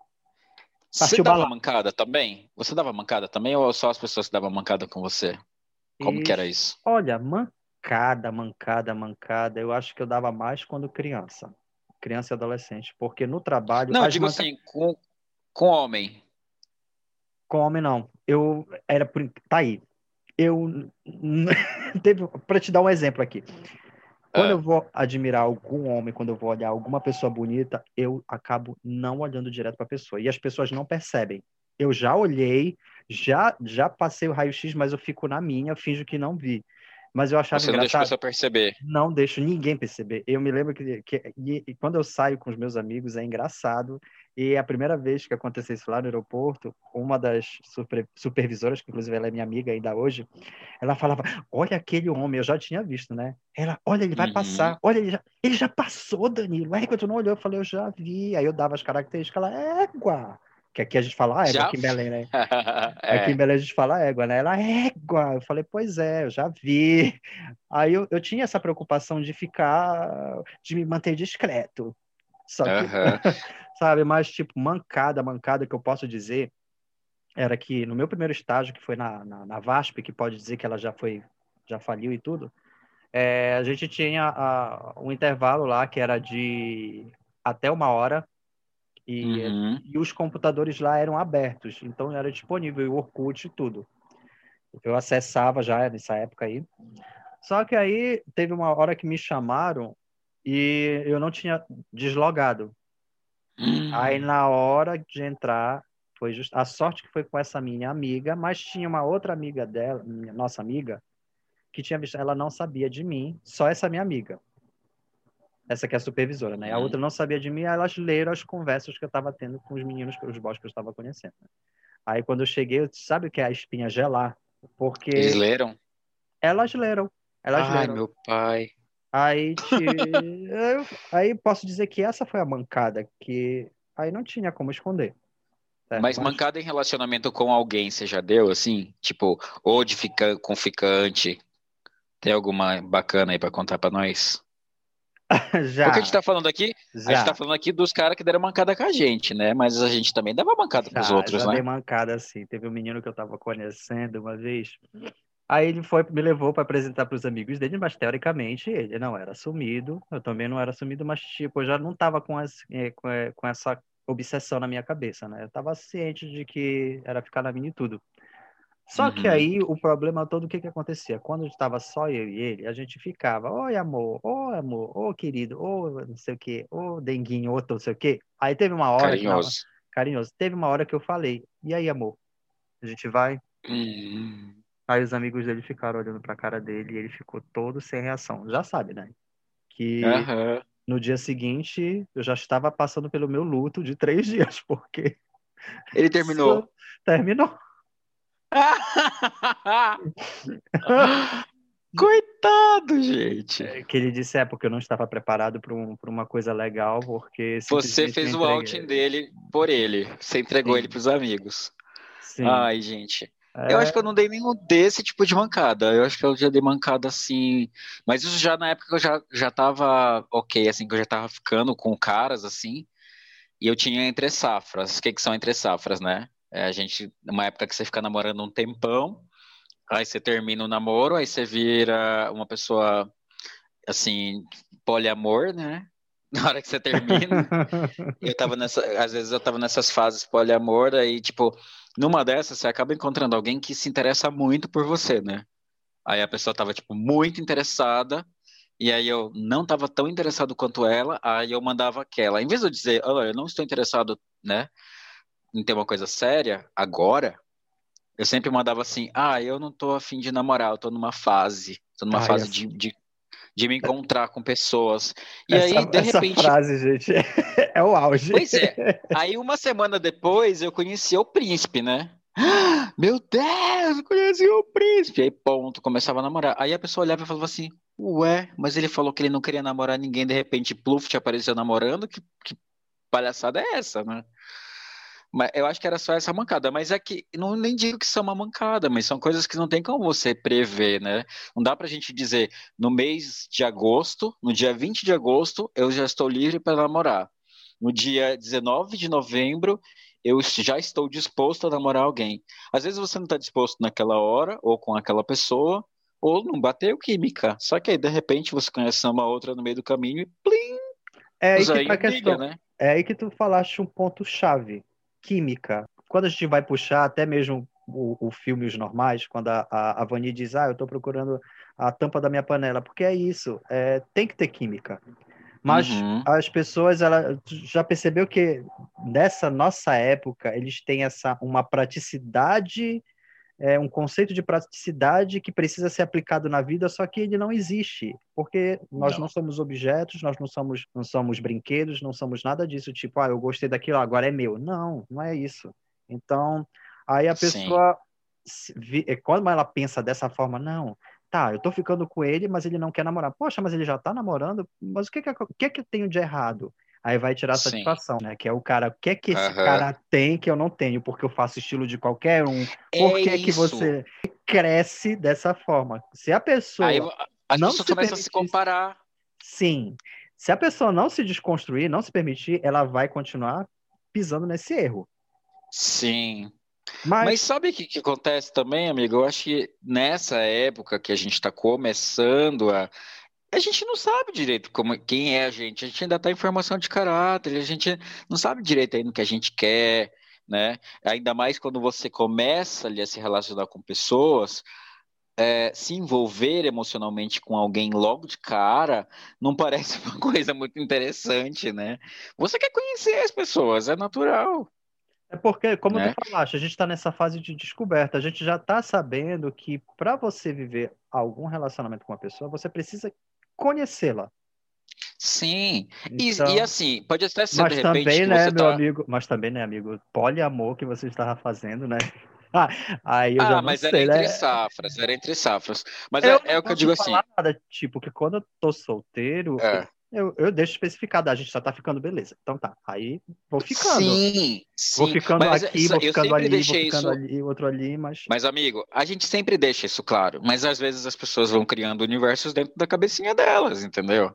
Você Partiu dava balada. mancada também? Você dava mancada também ou só as pessoas que davam mancada com você? Como E, que era isso? olha, mancada, eu acho que eu dava mais quando criança. Criança e adolescente. Porque no trabalho, Não, eu as digo mancadas. assim, com homem. Com homem, não. Eu era Tá aí. Eu. Teve. Para te dar um exemplo aqui. Quando eu Ah, vou admirar algum homem, quando eu vou olhar alguma pessoa bonita, eu acabo não olhando direto para a pessoa. E as pessoas não percebem. Eu já olhei, Já passei o raio-x, mas eu fico na minha, eu finjo que não vi. Mas eu achava Você não deixa a engraçado. pessoa perceber. Não deixo ninguém perceber. Eu me lembro e quando eu saio com os meus amigos é engraçado. E a primeira vez que aconteceu isso lá no aeroporto, uma das supervisoras, que inclusive ela é minha amiga ainda hoje, ela falava: Olha aquele homem, eu já tinha visto, né? Ela, olha, ele vai Uhum. passar, olha, ele já passou, Danilo. É que tu não olhou, eu falei: Eu já vi. Aí eu dava as características, ela, égua. Que aqui a gente fala égua, Já? aqui em Belém, né? Aqui em É. Belém a gente fala égua, né? Ela, égua. Eu falei: Pois é, eu já vi. Aí eu tinha essa preocupação de me manter discreto. Só que, Aham. sabe, mas tipo, mancada que eu posso dizer, era que no meu primeiro estágio, que foi na VASP, que pode dizer que ela já faliu e tudo, a gente tinha um intervalo lá que era de até 1 hora Uhum. e os computadores lá eram abertos, então era disponível o Orkut e tudo. Eu acessava já nessa época aí. Só que aí teve uma hora que me chamaram e eu não tinha deslogado. Aí na hora de entrar, foi a sorte que foi com essa minha amiga, mas tinha uma outra amiga dela, nossa amiga, que tinha visto, ela não sabia de mim, só essa minha amiga. Essa que é a supervisora, né? A outra não sabia de mim, aí elas leram as conversas que eu estava tendo com os meninos, os boys que eu estava conhecendo. Aí quando eu cheguei, eu disse, sabe o que é a espinha gelar? Eles Porque leram? elas leram, elas Ai, leram. meu pai. Aí, aí posso dizer que essa foi a mancada, que aí não tinha como esconder, certo? Mas Mas mancada em relacionamento com alguém, você já deu, assim? Tipo, ou de ficar com ficante. Tem alguma bacana aí pra contar pra nós? Porque a gente já, tá falando aqui, a gente tá já. falando aqui dos caras que deram mancada com a gente, né? Mas a gente também dava mancada pros outros, Já dei né? mancada assim. Teve um menino que eu tava conhecendo uma vez. Aí ele me levou para apresentar para os amigos dele, mas teoricamente ele não era assumido. Eu também não era assumido, mas tipo, eu já não tava com essa obsessão na minha cabeça, né? Eu tava ciente de que era ficar na minha e tudo. Só que Uhum. aí o problema todo, o que que acontecia? Quando estava só eu e ele, a gente ficava, oi amor, ô querido, ô não sei o quê, ô denguinho, ô não sei o quê. Aí teve uma hora Carinhoso. carinhoso, teve uma hora que eu falei, e aí amor, a gente vai? Hum. Aí os amigos dele ficaram olhando pra cara dele e ele ficou todo sem reação. Já sabe, né? Que Aham. no dia seguinte eu já estava passando pelo meu luto de 3 dias, porque Ele só terminou. terminou. Coitado, gente. Que ele disse, porque eu não estava preparado para uma coisa legal, porque Você simplesmente me fez o outing entreguei. dele por ele. Você entregou ele Sim, pros amigos. sim. Ai, gente. Eu acho que eu É, não dei nenhum desse tipo de mancada. Eu acho que eu já dei mancada assim. Mas isso já na época que eu já tava ok, assim, que eu já tava ficando com caras, assim. E eu tinha entre safras. O que que são entre safras, né? A gente, numa época que você fica namorando um tempão, aí você termina o namoro, aí você vira uma pessoa, assim, poliamor, né? Na hora que você termina. Às vezes eu tava nessas fases poliamor, aí, tipo, numa dessas você acaba encontrando alguém que se interessa muito por você, né? Aí a pessoa tava, tipo, muito interessada, e aí eu não tava tão interessado quanto ela, aí eu mandava aquela. Em vez de eu dizer, olha, eu não estou interessado, né, em ter uma coisa séria, agora, eu sempre mandava assim, eu não tô afim de namorar, eu tô numa ai, fase de me encontrar com pessoas. E essa, aí, de essa repente, frase, gente, é o auge. pois é. Aí uma semana depois eu conheci o príncipe, né? Meu Deus, eu conheci o príncipe. Aí ponto, começava a namorar. Aí a pessoa olhava e falava assim: Ué, mas ele falou que ele não queria namorar ninguém, de repente Pluft apareceu namorando. Que palhaçada é essa, né? Mas eu acho que era só essa mancada. Mas é que não nem digo que são uma mancada, mas são coisas que não tem como você prever, né? Não dá pra gente dizer no mês de agosto, no dia 20 de agosto, eu já estou livre para namorar. No dia 19 de novembro, eu já estou disposto a namorar alguém. Às vezes você não está disposto naquela hora, ou com aquela pessoa, ou não bateu química. Só que aí, de repente, você conhece uma outra no meio do caminho e plim, É aí os que tá aí a briga, questão. né? É aí que tu falaste um ponto-chave. Química. Quando a gente vai puxar, até mesmo o filme Os Normais, quando a Vani diz, eu tô procurando a tampa da minha panela, porque é isso, tem que ter química. Mas Uhum. as pessoas, ela tu já percebeu que nessa nossa época eles têm uma praticidade, um conceito de praticidade que precisa ser aplicado na vida, só que ele não existe, porque nós não Não. somos objetos, nós não somos brinquedos, não somos nada disso, tipo, eu gostei daquilo, agora é meu. Não, não é isso. Então, aí a Sim. pessoa, quando ela pensa dessa forma, não, tá, eu tô ficando com ele, mas ele não quer namorar. Poxa, mas ele já tá namorando, mas o que que eu tenho de errado? Aí vai tirar Sim. satisfação, né? Que é o cara, o que é que esse Aham. cara tem que eu não tenho? Porque eu faço estilo de qualquer um. Por É que que isso. você cresce dessa forma? Se a Aí pessoa as não pessoas se começam a se permitir, comparar. sim. Se a pessoa não se desconstruir, não se permitir, ela vai continuar pisando nesse erro. Sim. Mas Mas, sabe o que acontece também, amigo? Eu acho que nessa época que a gente está começando a gente não sabe direito quem é a gente ainda está em formação de caráter, a gente não sabe direito ainda o que a gente quer, né? Ainda mais quando você começa ali a se relacionar com pessoas, se envolver emocionalmente com alguém logo de cara, não parece uma coisa muito interessante, né? Você quer conhecer as pessoas, é natural, é porque, como tu né? falaste, a gente está nessa fase de descoberta. A gente já está sabendo que para você viver algum relacionamento com uma pessoa, você precisa conhecê-la. Sim, e Então, assim, pode até ser de mas repente também, que né, você meu tá. amigo, poliamor que você estava fazendo, né? Ah, aí eu já Ah, não mas era sei, entre né? safras, era entre safras. Mas Eu não é o que eu posso digo assim. falar nada, tipo, que quando eu tô solteiro, É. eu deixo especificado, a gente só tá ficando, beleza. Então tá, aí vou ficando. Sim, Vou sim. ficando Mas aqui, vou eu ficando sempre ali, vou deixei ficando isso. ali, outro ali, mas. Mas, amigo, a gente sempre deixa isso claro. Mas às vezes as pessoas vão criando universos dentro da cabecinha delas, entendeu?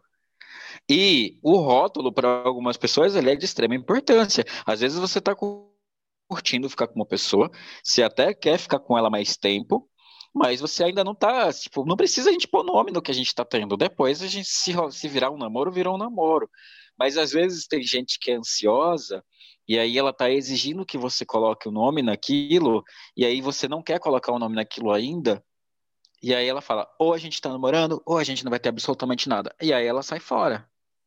E o rótulo, para algumas pessoas, ele é de extrema importância. Às vezes você está curtindo ficar com uma pessoa, você até quer ficar com ela mais tempo, mas você ainda não tá, tipo, não precisa a gente pôr nome no que a gente tá tendo. Depois a gente se virar um namoro, virou um namoro. Mas às vezes tem gente que é ansiosa e aí ela tá exigindo que você coloque o nome naquilo, e aí você não quer colocar o nome naquilo ainda. E aí ela fala, ou a gente tá namorando, ou a gente não vai ter absolutamente nada. E aí ela sai fora.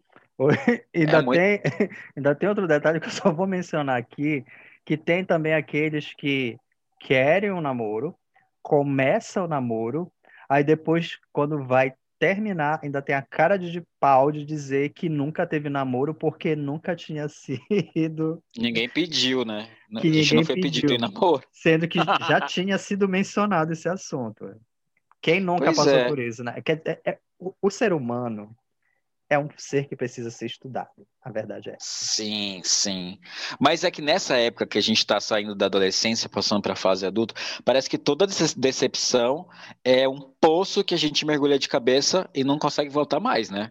É Ainda muito. tem, ainda tem outro detalhe que eu só vou mencionar aqui, que tem também aqueles que querem um namoro, começa o namoro, aí depois, quando vai terminar, ainda tem a cara de pau de dizer que nunca teve namoro porque nunca tinha sido, Ninguém pediu, né? que A gente não ninguém foi pedido em pediu, namoro. sendo que já tinha sido mencionado esse assunto. Quem nunca Pois passou é. por isso, né? O ser humano é um ser que precisa ser estudado. A verdade é essa. Sim, sim. Mas é que nessa época que a gente está saindo da adolescência, passando para a fase adulta, parece que toda decepção é um poço que a gente mergulha de cabeça e não consegue voltar mais, né?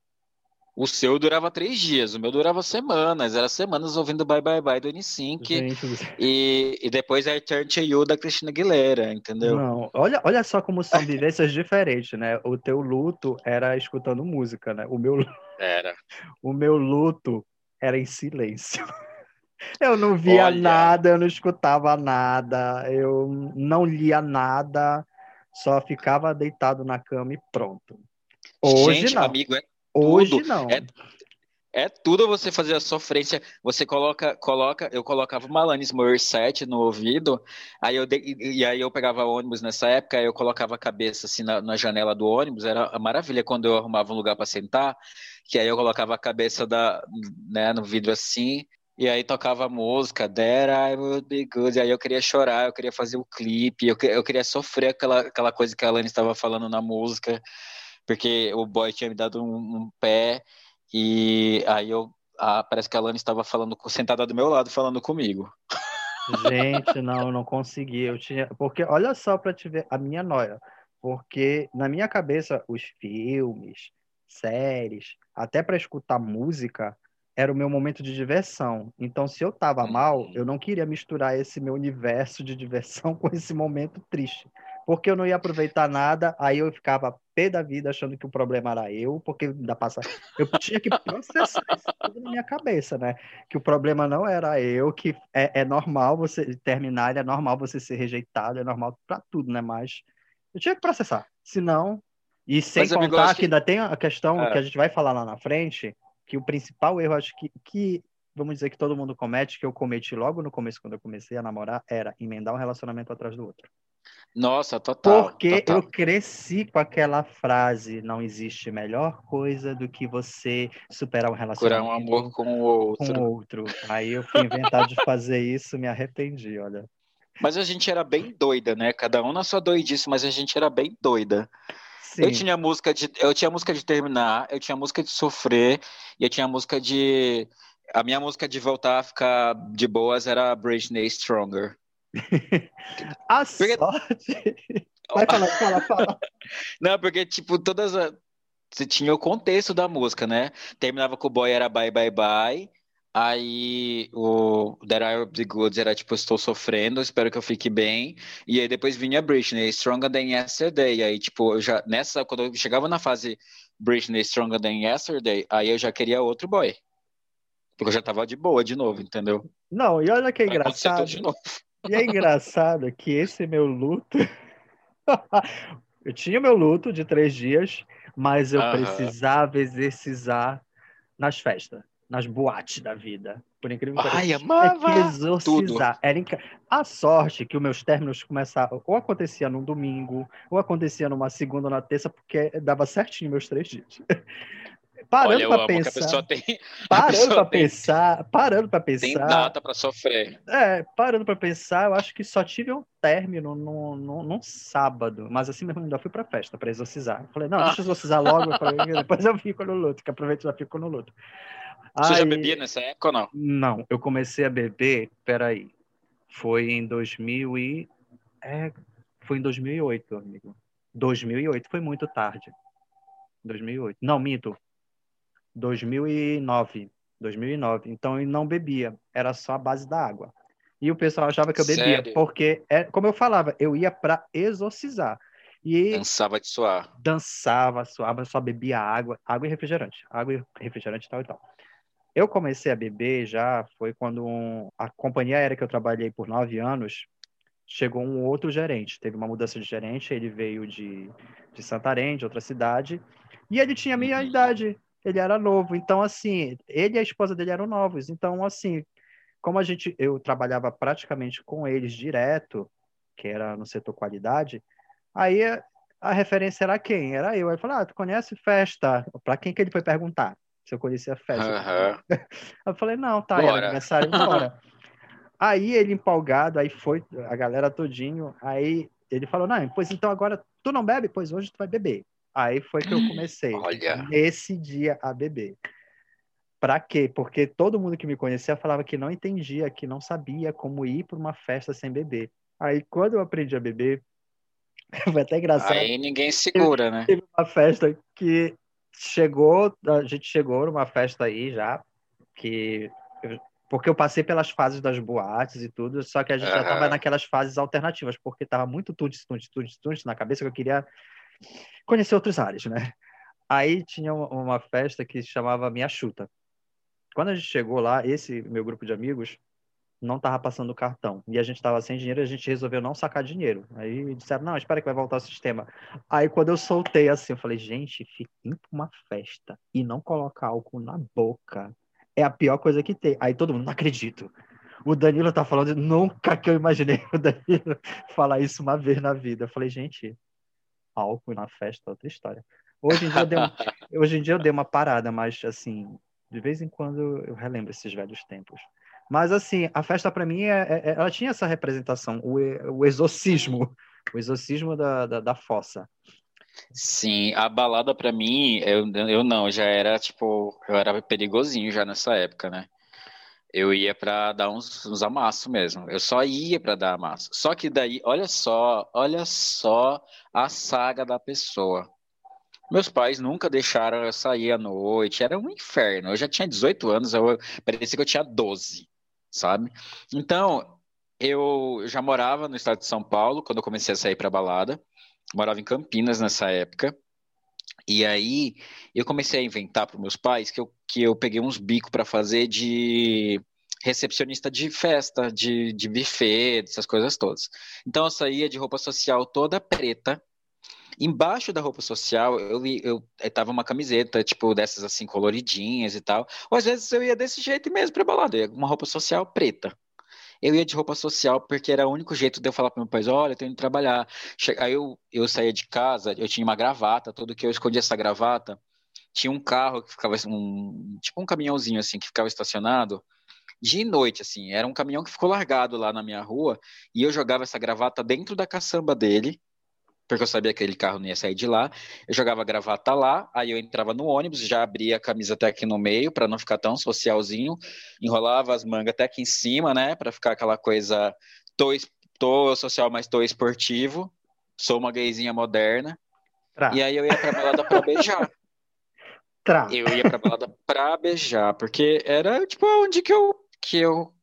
O seu durava 3 dias, o meu durava semanas, era semanas ouvindo Bye Bye Bye do N5 Gente, e depois I Turn to You da Christina Aguilera, entendeu? não. Olha só como são vivências diferentes, né? O teu luto era escutando música, né? Era. O meu luto era em silêncio. Eu não via Olha, nada, eu não escutava nada, eu não lia nada, só ficava deitado na cama e pronto. Hoje gente, não. amigo, é tudo. Hoje não. É tudo você fazer a sofrência. Você eu colocava uma Alanis Morissette no ouvido, e aí eu pegava ônibus nessa época, aí eu colocava a cabeça assim na janela do ônibus, era a maravilha quando eu arrumava um lugar para sentar, que aí eu colocava a cabeça né, no vidro assim, e aí tocava a música, There I Would Be Good, e aí eu queria chorar, eu queria fazer o clipe, eu queria sofrer aquela coisa que a Alanis estava falando na música porque o boy tinha me dado um pé e aí parece que a Lana estava falando, sentada do meu lado, falando comigo. Gente, não, eu não consegui. Eu tinha, porque olha só para te ver a minha noia, porque na minha cabeça os filmes, séries, até para escutar música era o meu momento de diversão. Então, se eu tava mal, eu Uhum. não queria misturar esse meu universo de diversão com esse momento triste, porque eu não ia aproveitar nada, aí eu ficava pé da vida achando que o problema era eu, porque eu tinha que processar isso tudo na minha cabeça, né? Que o problema não era eu, que é normal você terminar, é normal você ser rejeitado, é normal para tudo, né? Mas eu tinha que processar. Senão, E sem Mas, amigo, eu contar acho que que. ainda tem a questão que Ah, a gente vai falar lá na frente, que o principal erro, acho que vamos dizer que todo mundo comete, que eu cometi logo no começo, quando eu comecei a namorar, era emendar um relacionamento atrás do outro. nossa, total, Porque eu total. cresci com aquela frase, não existe melhor coisa do que você superar um Curar um amor relacionamento com o com outro. outro. Aí eu fui inventar de fazer isso, me arrependi, olha. Mas a gente era bem doida, né? Cada um na sua doidice, mas a gente era bem doida. Sim. Eu tinha música de terminar, eu tinha música de sofrer, e eu tinha música de. A minha música de voltar a ficar de boas era Britney Stronger. A Porque, sorte. Vai falar, fala. não, porque, tipo, você tinha o contexto da música, né? Terminava com o boy, era bye, bye, bye. Aí o That I Will Be Good era tipo, estou sofrendo, espero que eu fique bem. E aí depois vinha Britney, Stronger Than Yesterday. E aí, tipo, quando eu chegava na fase Britney, Stronger Than Yesterday, aí eu já queria outro boy. Porque eu já tava de boa de novo, entendeu? Não, e olha que é Pra acontecer tudo de engraçado. novo. E é engraçado que esse meu luto. Eu tinha meu luto de 3 dias, mas eu Aham. precisava exercizar nas festas, nas boates da vida. Por incrível que pareça, Ai, tinha que amava tudo. exorcizar. A sorte que os meus términos começavam, ou acontecia num domingo, ou acontecia numa segunda ou na terça, porque dava certinho meus 3 dias. Olha, Parando eu para amo que a pensar, pessoa tem, a parando pessoa para tem, pensar, parando para tem pensar, data pra sofrer. parando para pensar, eu acho que só tive um término num sábado, mas assim mesmo ainda fui pra festa para exorcizar. Falei, não, Ah, deixa eu exorcizar logo, depois eu fico no luto, que aproveito e já fico no luto. você já bebia Aí, nessa época ou não? não, eu comecei a beber, peraí, foi em 2000 foi em 2008, amigo. 2008 foi muito tarde. 2008. Não, minto. 2009. 2009. Então eu não bebia, era só a base da água. E o pessoal achava que eu bebia, Sério? porque, como eu falava, eu ia para exorcizar. E Cansava de suar. dançava, suava, só bebia água, água e refrigerante. Água e refrigerante tal e tal. Eu comecei a beber já, foi quando a companhia aérea que eu trabalhei por 9 anos, chegou um outro gerente. Teve uma mudança de gerente, ele veio de Santarém, de outra cidade, e ele tinha a minha Uhum. idade. Ele era novo, então assim, ele e a esposa dele eram novos. Então assim, como eu trabalhava praticamente com eles direto, que era no setor qualidade, aí a referência era quem? Era eu. Aí eu falei, tu conhece festa? Para quem que ele foi perguntar? Se eu conhecia festa. Aham. Eu falei, não, tá, era Bora. aniversário, bora. Aí ele empolgado, aí foi a galera todinho, aí ele falou, não, pois então agora tu não bebe? Pois hoje tu vai beber. Aí foi que eu comecei, Olha. nesse dia, a beber. Pra quê? Porque todo mundo que me conhecia falava que não entendia, que não sabia como ir para uma festa sem beber. Aí quando eu aprendi a beber, foi até engraçado, Aí ninguém segura, né? teve uma festa que a gente chegou numa festa aí já, que porque eu passei pelas fases das boates e tudo, só que a gente já estava Aham. naquelas fases alternativas, porque estava muito tudo na cabeça que eu queria conhecer outros ares, né? Aí tinha uma festa que se chamava Minha Chuta. Quando a gente chegou lá, esse meu grupo de amigos não estava passando o cartão. E a gente estava sem dinheiro e a gente resolveu não sacar dinheiro. Aí disseram, não, espera que vai voltar o sistema. Aí quando eu soltei assim, eu falei, gente, ir para uma festa e não colocar álcool na boca é a pior coisa que tem. Aí todo mundo, não acredito. O Danilo tá falando, nunca que eu imaginei o Danilo falar isso uma vez na vida. Eu falei, gente, álcool na festa é outra história. Hoje em dia eu dei uma parada, mas assim, de vez em quando eu relembro esses velhos tempos. Mas assim, a festa para mim ela tinha essa representação, o exorcismo, o exorcismo da fossa. Sim, a balada pra mim, eu não, já era tipo, eu era perigosinho já nessa época, né? Eu ia pra dar uns amassos mesmo. Eu só ia pra dar amasso. Só que daí, olha só a saga da pessoa. Meus pais nunca deixaram eu sair à noite, era um inferno. Eu já tinha 18 anos, parecia que eu tinha 12, sabe? Então, eu já morava no estado de São Paulo quando eu comecei a sair pra balada. Morava em Campinas nessa época. E aí eu comecei a inventar para meus pais que eu peguei uns bicos para fazer de recepcionista de festa, de buffet, dessas coisas todas. Então eu saía de roupa social toda preta, Embaixo da roupa social, eu tava uma camiseta, tipo, dessas assim, coloridinhas e tal. Ou às vezes eu ia desse jeito mesmo pra balada, eu ia com uma roupa social preta. Eu ia de roupa social porque era o único jeito de eu falar para meu pai, olha, eu tô indo trabalhar. Aí eu saía de casa, eu tinha uma gravata, tudo que eu escondia essa gravata, tinha um carro que ficava, tipo um caminhãozinho assim, que ficava estacionado de noite, assim. Era um caminhão que ficou largado lá na minha rua e eu jogava essa gravata dentro da caçamba dele, porque eu sabia que aquele carro não ia sair de lá. Eu jogava a gravata lá, aí eu entrava no ônibus, já abria a camisa até aqui no meio, para não ficar tão socialzinho, enrolava as mangas até aqui em cima, né, para ficar aquela coisa, tô, tô social, mas tô esportivo, sou uma gayzinha moderna, e Tra, aí eu ia pra balada pra beijar. tra. Eu ia pra balada pra beijar, porque era, tipo, onde que eu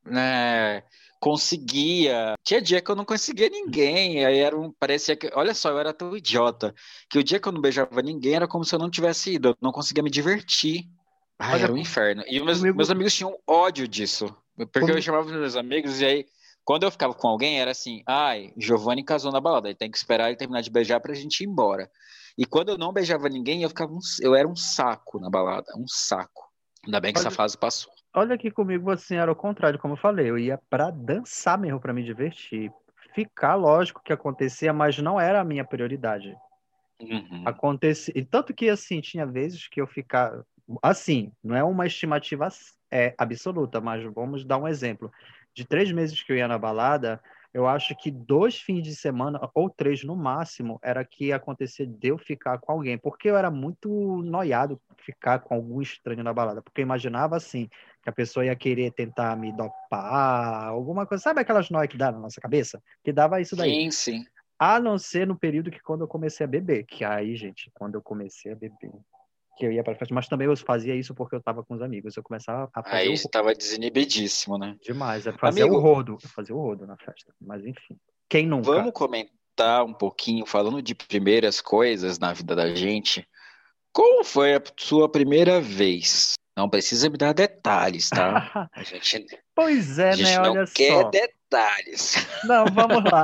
né, conseguia. Tinha dia que eu não conseguia ninguém, aí parecia que, olha só, eu era tão idiota, que o dia que eu não beijava ninguém era como se eu não tivesse ido, eu não conseguia me divertir. Ai, Olha, era um inferno. E meus comigo, amigos tinham ódio disso, porque eu comigo, chamava os meus amigos e aí, quando eu ficava com alguém, era assim, ai, Giovanni casou na balada, ele tem que esperar ele terminar de beijar pra gente ir embora. E quando eu não beijava ninguém, eu era um saco na balada, um saco. Ainda bem que essa olha, fase passou. olha que comigo assim era o contrário, como eu falei, eu ia pra dançar mesmo, pra me divertir. Ficar, lógico que acontecia, mas não era a minha prioridade. Uhum. Acontece, e tanto que assim, tinha vezes que eu ficava assim, não é uma estimativa absoluta, mas vamos dar um exemplo. De 3 meses que eu ia na balada, eu acho que 2 fins de semana, ou 3 no máximo, era que acontecia de eu ficar com alguém, porque eu era muito noiado ficar com algum estranho na balada, porque eu imaginava assim, que a pessoa ia querer tentar me dopar, alguma coisa, sabe aquelas noias que dá na nossa cabeça? Que dava isso daí. Sim, sim. A não ser no período que quando eu comecei a beber, que aí, gente, quando eu comecei a beber, que eu ia para festa, mas também eu fazia isso porque eu estava com os amigos. Eu começava a fazer Aí o estava desinibidíssimo, né? demais, é fazer o Amigo, rodo, eu fazia o rodo na festa. Mas enfim, quem nunca? vamos comentar um pouquinho, falando de primeiras coisas na vida da gente. Como foi a sua primeira vez? Não precisa me dar detalhes, tá? A gente, Pois a é, né? gente não Olha quer só. detalhes. Não, vamos lá.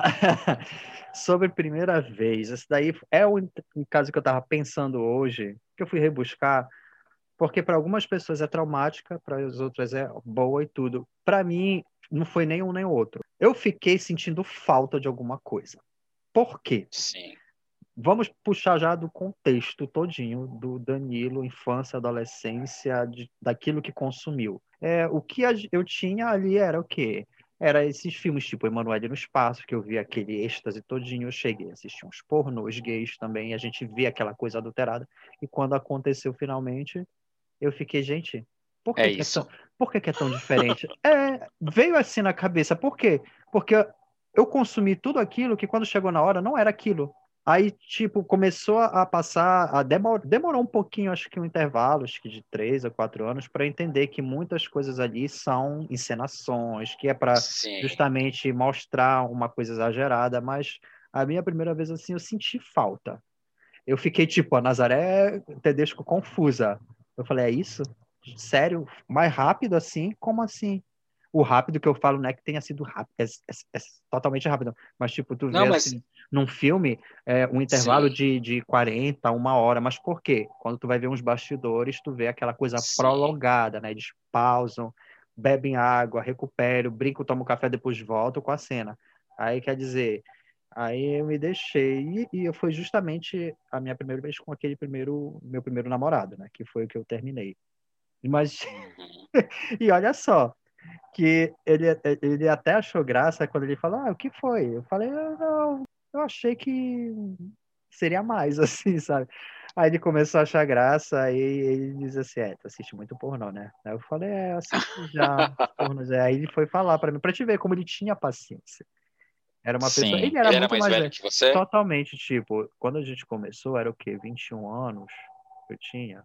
Sobre primeira vez, esse daí é um caso que eu estava pensando hoje, que eu fui rebuscar. Porque para algumas pessoas é traumática, para as outras é boa e tudo. Para mim, não foi nem um nem o outro. Eu fiquei sentindo falta de alguma coisa. Por quê? Sim, Vamos puxar já do contexto todinho do Danilo, infância, adolescência, daquilo que consumiu. O que eu tinha ali era o quê? Era esses filmes tipo Emanuele no Espaço, que eu vi aquele êxtase todinho, eu cheguei a assistir uns pornôs gays também, e a gente via aquela coisa adulterada. E quando aconteceu finalmente, eu fiquei, gente, por é que que é isso. tão, por que que é tão diferente? Veio assim na cabeça, por quê? Porque eu consumi tudo aquilo que quando chegou na hora não era aquilo. Aí, tipo, começou a passar, demorou um pouquinho, acho que um intervalo, acho que de 3 a 4 anos, para entender que muitas coisas ali são encenações, que é para Sim, justamente mostrar uma coisa exagerada, mas a minha primeira vez assim eu senti falta. Eu fiquei tipo, a Nazaré Tedesco confusa. Eu falei, é isso? Sério? Mais rápido assim? Como assim? O rápido que eu falo não é que tenha sido rápido, é totalmente rápido. Mas, tipo, tu não, vê mas assim, num filme, um intervalo sim, de 40, 1 hora. Mas por quê? Quando tu vai ver uns bastidores, tu vê aquela coisa sim. prolongada, né? Eles pausam, bebem água, recuperam, brincam, tomam café, depois voltam com a cena. Aí quer dizer, aí eu me deixei e foi justamente a minha primeira vez com meu primeiro namorado, né? Que foi o que eu terminei. Mas, Uhum. e olha só, que ele até achou graça quando ele falou, o que foi? Eu falei, não, eu achei que seria mais, assim, sabe? Aí ele começou a achar graça, aí ele diz assim, tu assiste muito pornô, né? Aí eu falei, eu assisto já, pornô já. Aí ele foi falar pra mim, pra te ver como ele tinha paciência. Era uma pessoa. Sim. Ele era Ele era muito mais mais velho velho. que você? Totalmente, tipo, quando a gente começou, era o quê? 21 anos que eu tinha.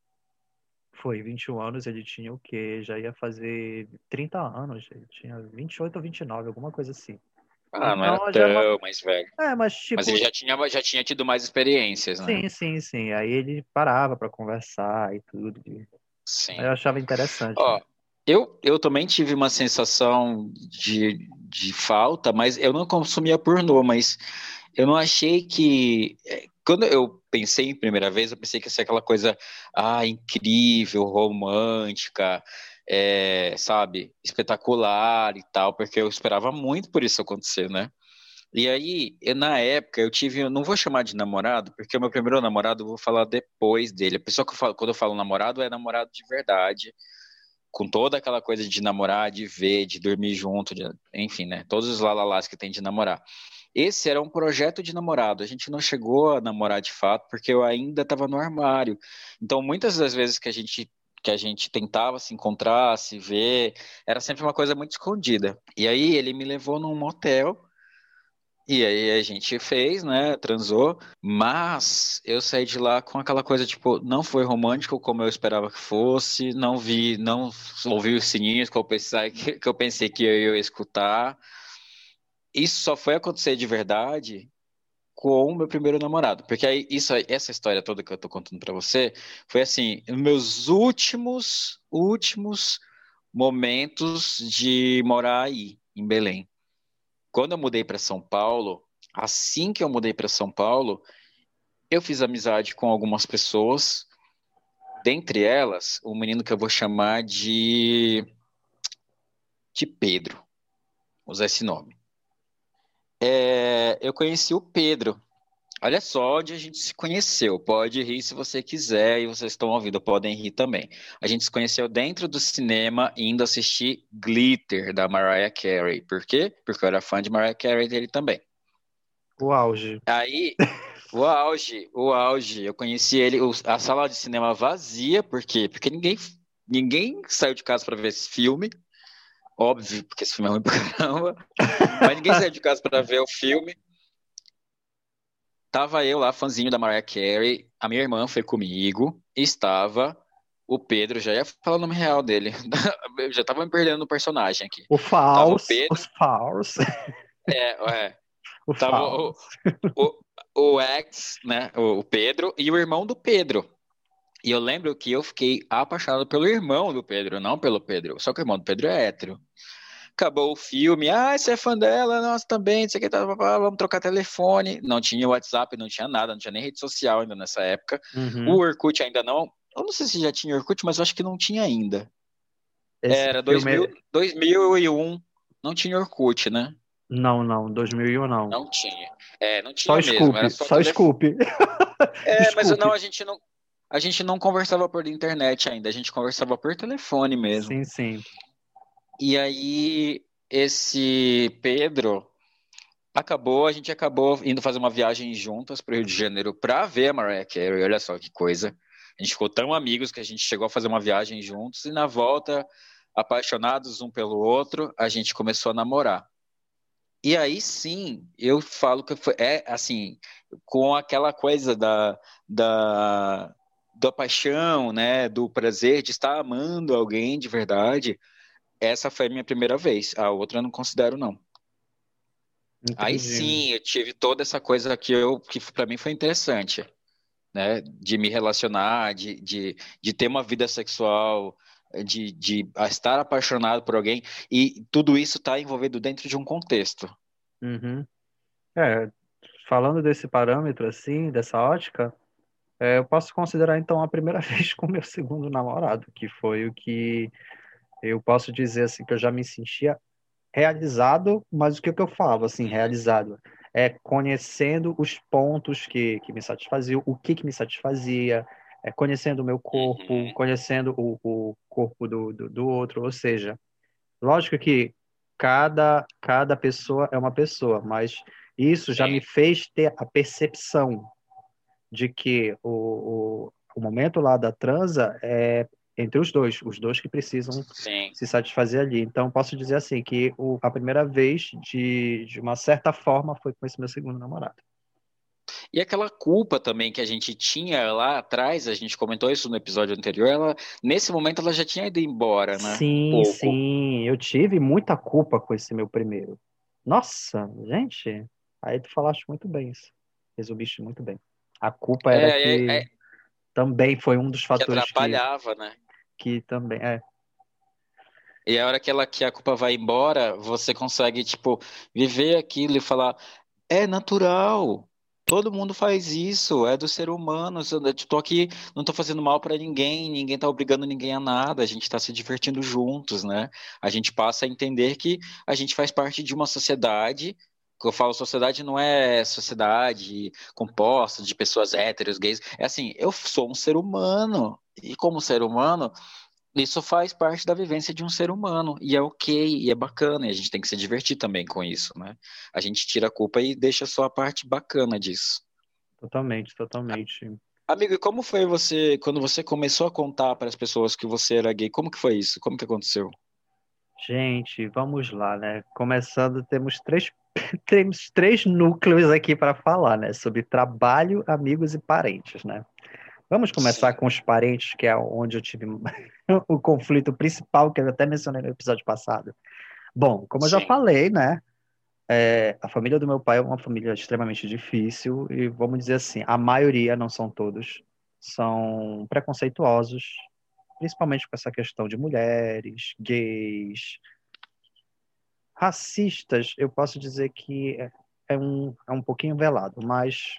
Foi 21 anos, ele tinha o quê? Já ia fazer 30 anos. Ele tinha 28 ou 29, alguma coisa assim. Ah, não era Então, já é uma. tão mais velho. Mas Mas ele tipo, já tinha tido mais experiências, né? sim, sim, sim. Aí ele parava pra conversar e tudo. Aí eu Sim. achava interessante, né? Ó, eu também tive uma sensação de falta, mas eu não consumia pornô, mas Eu não achei que. Quando eu pensei em primeira vez, eu pensei que ia ser aquela coisa, incrível, romântica, sabe, espetacular e tal, porque eu esperava muito por isso acontecer, né? E aí, na época, eu não vou chamar de namorado, porque o meu primeiro namorado eu vou falar depois dele. A pessoa que eu falo, quando eu falo namorado, é namorado de verdade, com toda aquela coisa de namorar, de ver, de dormir junto, enfim, né? Todos os lalalás que tem de namorar. Esse era um projeto de namorado. A gente não chegou a namorar de fato, porque eu ainda estava no armário. Então, muitas das vezes que a gente tentava se encontrar, se ver, era sempre uma coisa muito escondida. E aí ele me levou num motel. E aí a gente fez, né? Transou, mas eu saí de lá com aquela coisa, tipo, não foi romântico como eu esperava que fosse, não ouvi os sininhos que eu pensei que eu ia escutar. Isso só foi acontecer de verdade com o meu primeiro namorado, porque aí essa história toda que eu tô contando pra você foi assim, os meus últimos momentos de morar aí, em Belém. Quando eu mudei para São Paulo, assim que eu mudei para São Paulo, eu fiz amizade com algumas pessoas, dentre elas, um menino que eu vou chamar de Pedro, vou usar esse nome. Eu conheci o Pedro. Olha só onde a gente se conheceu. Pode rir se você quiser, e vocês estão ouvindo, podem rir também. A gente se conheceu dentro do cinema, indo assistir Glitter, da Mariah Carey. Por quê? Porque eu era fã de Mariah Carey dele também. O auge. Aí, o auge. Eu conheci ele, a sala de cinema vazia, por quê? Porque ninguém saiu de casa para ver esse filme. Óbvio, porque esse filme é ruim pra caramba. Mas ninguém saiu de casa para ver o filme. Tava eu lá, fãzinho da Mariah Carey. A minha irmã foi comigo. E estava o Pedro, já ia falar o nome real dele. Eu já tava me perdendo no personagem aqui. O Tava o Faust, Pedro, os Faust, é. o Tava o, Faust. o, o ex, né? O Pedro e o irmão do Pedro. E eu lembro que eu fiquei apaixonado pelo irmão do Pedro, não pelo Pedro. Só que o irmão do Pedro é hétero. Acabou o filme, você é fã dela? Nossa, também, não sei o que, vamos trocar telefone. Não tinha WhatsApp, não tinha nada, não tinha nem rede social ainda nessa época. O Uhum. Orkut ainda não. Eu não sei se já tinha Orkut, mas eu acho que não tinha ainda. Esse Era filme. 2001, não tinha Orkut, né? Não, 2001 não. Não tinha. Não Só tinha mesmo, era Scoop, só só telefone. Scoop. Mas não, Scoop. a gente não conversava por internet ainda, a gente conversava por telefone mesmo. Sim, sim. E aí, esse Pedro a gente acabou indo fazer uma viagem juntas para o Rio de Janeiro para ver a Mariah Carey, olha só que coisa. A gente ficou tão amigos que a gente chegou a fazer uma viagem juntos e na volta, apaixonados um pelo outro, a gente começou a namorar. E aí sim, eu falo que assim, com aquela coisa da paixão, né, do prazer de estar amando alguém de verdade. Essa foi a minha primeira vez, a outra eu não considero não. Aí Entendi. sim, eu tive toda essa coisa que para mim foi interessante, né, de me relacionar, de ter uma vida sexual, de estar apaixonado por alguém, e tudo isso está envolvido dentro de um contexto. Uhum. É, falando desse parâmetro assim, dessa ótica, eu posso considerar então a primeira vez com o meu segundo namorado, que foi o que eu posso dizer assim que eu já me sentia realizado, mas o que eu falo assim, realizado é conhecendo os pontos que me satisfaziam, o que me satisfazia, conhecendo o meu corpo, Uhum. conhecendo o corpo do outro, ou seja, lógico que cada pessoa é uma pessoa, mas isso já me Sim, fez ter a percepção de que o momento lá da transa é entre os dois que precisam sim. se satisfazer ali. Então, posso dizer assim, que a primeira vez, de uma certa forma, foi com esse meu segundo namorado. E aquela culpa também que a gente tinha lá atrás, a gente comentou isso no episódio anterior, nesse momento ela já tinha ido embora, né? Um Sim, pouco. sim, eu tive muita culpa com esse meu primeiro. Nossa, gente, aí tu falaste muito bem isso. Resumiste muito bem. A culpa era que também foi um dos que fatores atrapalhava, né? que também. E a hora que a culpa vai embora, você consegue, tipo, viver aquilo e falar, É natural. Todo mundo faz isso, é do ser humano. Eu tô aqui, não tô fazendo mal para ninguém, ninguém tá obrigando ninguém a nada, a gente tá se divertindo juntos, né? A gente passa a entender que a gente faz parte de uma sociedade. Que eu falo sociedade não é sociedade composta de pessoas héteros, gays. É assim, eu sou um ser humano. E como ser humano, isso faz parte da vivência de um ser humano, e é ok, e é bacana, e a gente tem que se divertir também com isso, né? A gente tira a culpa e deixa só a parte bacana disso. Totalmente, totalmente. Amigo, e como foi você, quando você começou a contar para as pessoas que você era gay, como que foi isso? Como que aconteceu? Gente, vamos lá, né? Começando, temos três núcleos aqui para falar, né? Sobre trabalho, amigos e parentes, né? Vamos começar Sim, com os parentes, que é onde eu tive o conflito principal, que eu até mencionei no episódio passado. Bom, como eu já sim. falei, né? A família do meu pai é uma família extremamente difícil e vamos dizer assim, a maioria, não são todos, são preconceituosos, principalmente com essa questão de mulheres, gays, racistas. Eu posso dizer que é um pouquinho velado, mas